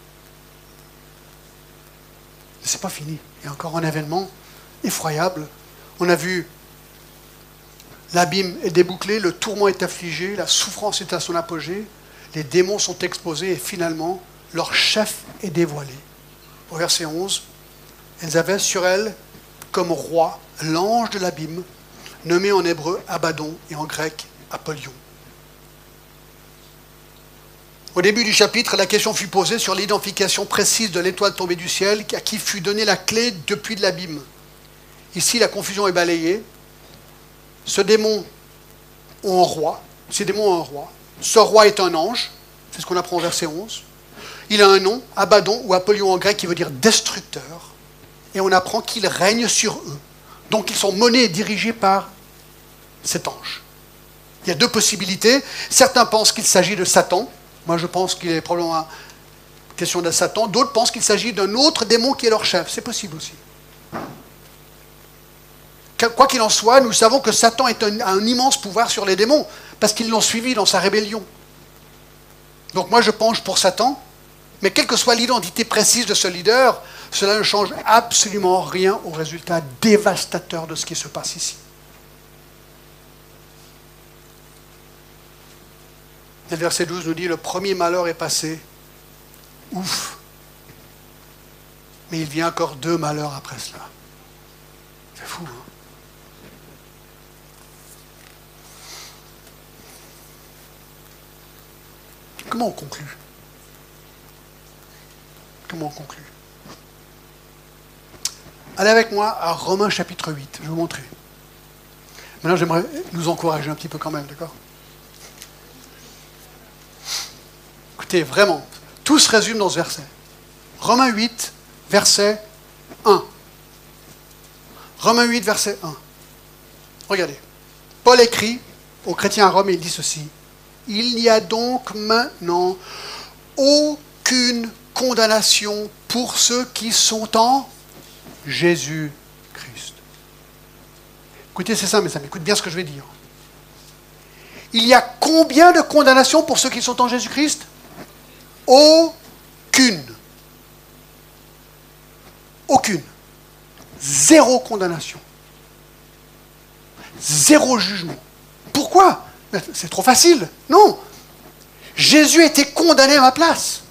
Mais c'est pas fini. Il y a encore un événement effroyable. On a vu l'abîme est débouclé, le tourment est affligé, la souffrance est à son apogée, les démons sont exposés et finalement, leur chef est dévoilé. Au verset 11, elles avaient sur elles comme roi l'ange de l'abîme, nommé en hébreu Abaddon et en grec Apollyon. Au début du chapitre, la question fut posée sur l'identification précise de l'étoile tombée du ciel à qui fut donnée la clé depuis de l'abîme. Ici, la confusion est balayée. Ces démons ont un roi. Ce roi est un ange. C'est ce qu'on apprend au verset 11. Il a un nom, Abaddon ou Apollyon en grec, qui veut dire destructeur. Et on apprend qu'il règne sur eux. Donc ils sont menés et dirigés par cet ange. Il y a deux possibilités. Certains pensent qu'il s'agit de Satan. Moi je pense qu'il est probablement une question de Satan. D'autres pensent qu'il s'agit d'un autre démon qui est leur chef. C'est possible aussi. Quoi qu'il en soit, nous savons que Satan a un immense pouvoir sur les démons, parce qu'ils l'ont suivi dans sa rébellion. Donc moi je penche pour Satan, mais quelle que soit l'identité précise de ce leader, cela ne change absolument rien au résultat dévastateur de ce qui se passe ici. Et le verset 12 nous dit, le premier malheur est passé. Ouf. Mais il vient encore 2 malheurs après cela. C'est fou, hein? Comment on conclut? Comment on conclut? Allez avec moi à Romains chapitre 8, je vais vous montrer. Maintenant, j'aimerais nous encourager un petit peu quand même, d'accord? Écoutez, vraiment, tout se résume dans ce verset. Romains 8, verset 1. Romains 8, verset 1. Regardez. Paul écrit aux chrétiens à Rome et il dit ceci. Il n'y a donc maintenant aucune condamnation pour ceux qui sont en Jésus-Christ. Écoutez, c'est ça, mes amis. Écoutez bien ce que je vais dire. Il y a combien de condamnations pour ceux qui sont en Jésus-Christ? Aucune. Aucune. 0 condamnation. 0 jugement. Pourquoi? C'est trop facile. Non. Jésus a été condamné à ma place.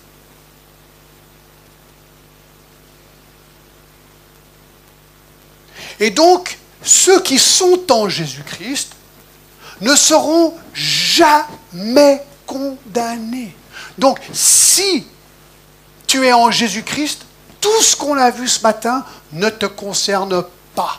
Et donc, ceux qui sont en Jésus-Christ ne seront jamais condamnés. Donc, si tu es en Jésus-Christ, tout ce qu'on a vu ce matin ne te concerne pas.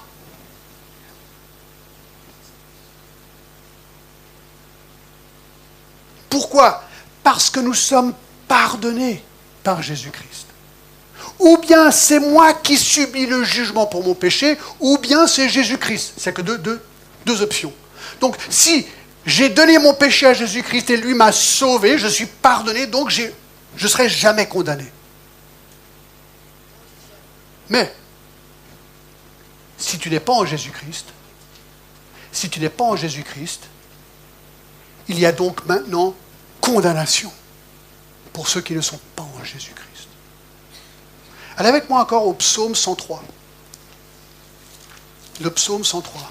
Pourquoi? Parce que nous sommes pardonnés par Jésus-Christ. Ou bien c'est moi qui subis le jugement pour mon péché, ou bien c'est Jésus-Christ. C'est que deux options. Donc si j'ai donné mon péché à Jésus-Christ et lui m'a sauvé, je suis pardonné, donc je ne serai jamais condamné. Mais si tu n'es pas en Jésus-Christ, il y a donc maintenant condamnation pour ceux qui ne sont pas en Jésus-Christ. Allez avec moi encore au psaume 103. Le psaume 103.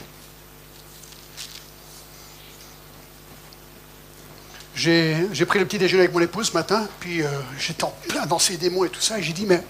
J'ai pris le petit déjeuner avec mon épouse ce matin, puis j'étais en plein dans ces démons et tout ça, et j'ai dit, mais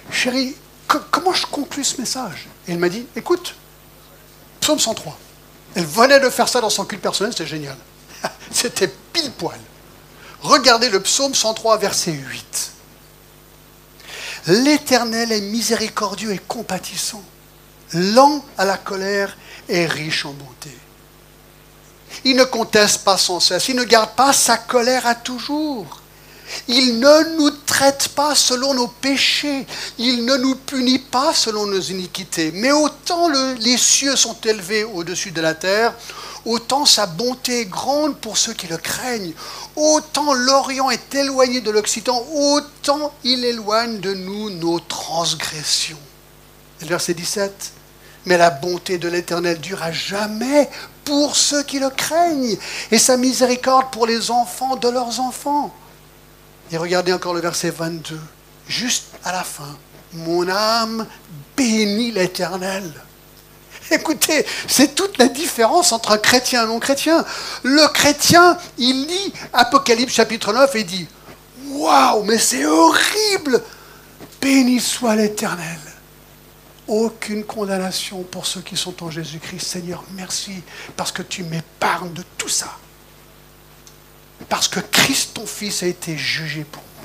chérie, comment je conclus ce message? Et elle m'a dit, écoute, psaume 103. Elle venait de faire ça dans son culte personnel, c'était génial. C'était pile poil. Regardez le psaume 103, verset 8. L'Éternel est miséricordieux et compatissant, lent à la colère et riche en bonté. Il ne conteste pas sans cesse, il ne garde pas sa colère à toujours. Il ne nous traite pas selon nos péchés, il ne nous punit pas selon nos iniquités. Mais autant les cieux sont élevés au-dessus de la terre, autant sa bonté est grande pour ceux qui le craignent. Autant l'Orient est éloigné de l'Occident, autant il éloigne de nous nos transgressions. Et le verset 17. Mais la bonté de l'Éternel dure à jamais pour ceux qui le craignent, et sa miséricorde pour les enfants de leurs enfants. Et regardez encore le verset 22, juste à la fin. Mon âme bénit l'Éternel. Écoutez, c'est toute la différence entre un chrétien et un non-chrétien. Le chrétien, il lit Apocalypse chapitre 9 et dit « Waouh, mais c'est horrible! Béni soit l'Éternel !» Aucune condamnation pour ceux qui sont en Jésus-Christ. Seigneur, merci parce que tu m'épargnes de tout ça. Parce que Christ, ton Fils, a été jugé pour moi.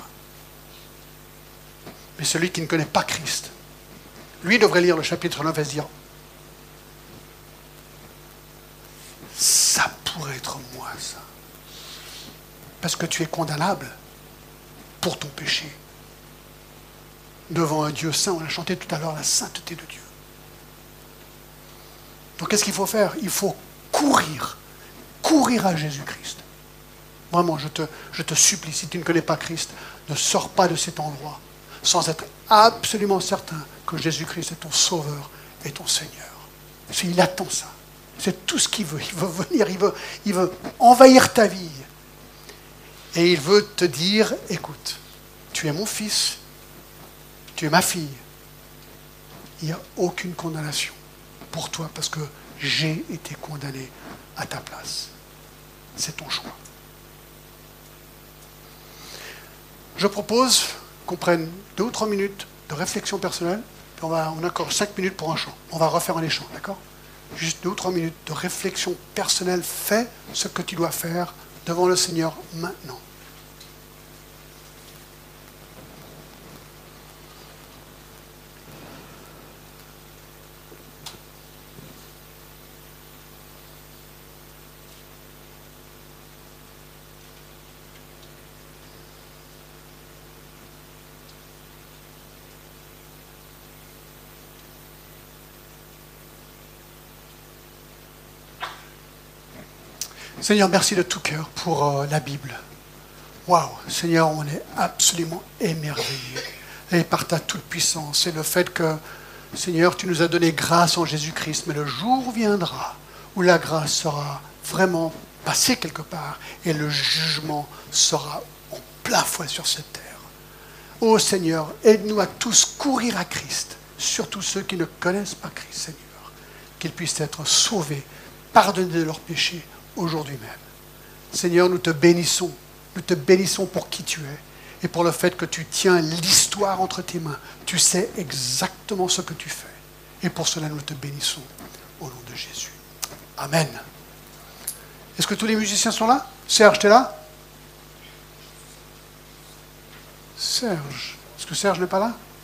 Mais celui qui ne connaît pas Christ, lui devrait lire le chapitre 9 et se dire « Ça pourrait être moi, ça. Parce que tu es condamnable pour ton péché. » Devant un Dieu saint, on a chanté tout à l'heure la sainteté de Dieu. Donc qu'est-ce qu'il faut faire? Il faut courir à Jésus-Christ. Vraiment, je te supplie, si tu ne connais pas Christ, ne sors pas de cet endroit sans être absolument certain que Jésus-Christ est ton Sauveur et ton Seigneur. Parce qu'il attend ça. C'est tout ce qu'il veut. Il veut venir, il veut envahir ta vie. Et il veut te dire, écoute, tu es mon fils, tu es ma fille. Il n'y a aucune condamnation pour toi parce que j'ai été condamné à ta place. C'est ton choix. Je propose qu'on prenne 2 ou 3 minutes de réflexion personnelle. Puis on a encore 5 minutes pour un chant. On va refaire un chant, d'accord? Juste 2 ou 3 minutes de réflexion personnelle. Fais ce que tu dois faire devant le Seigneur maintenant. Seigneur, merci de tout cœur pour la Bible. Waouh, Seigneur, on est absolument émerveillés. Et par ta toute-puissance, et le fait que, Seigneur, tu nous as donné grâce en Jésus-Christ, mais le jour viendra où la grâce sera vraiment passée quelque part et le jugement sera en plein fouet sur cette terre. Ô Seigneur, aide-nous à tous courir à Christ, surtout ceux qui ne connaissent pas Christ, Seigneur, qu'ils puissent être sauvés, pardonnés de leurs péchés, aujourd'hui même. Seigneur, nous te bénissons pour qui tu es et pour le fait que tu tiens l'histoire entre tes mains. Tu sais exactement ce que tu fais. Et pour cela, nous te bénissons au nom de Jésus. Amen. Est-ce que tous les musiciens sont là? Serge, t'es là? Serge. Est-ce que Serge n'est pas là?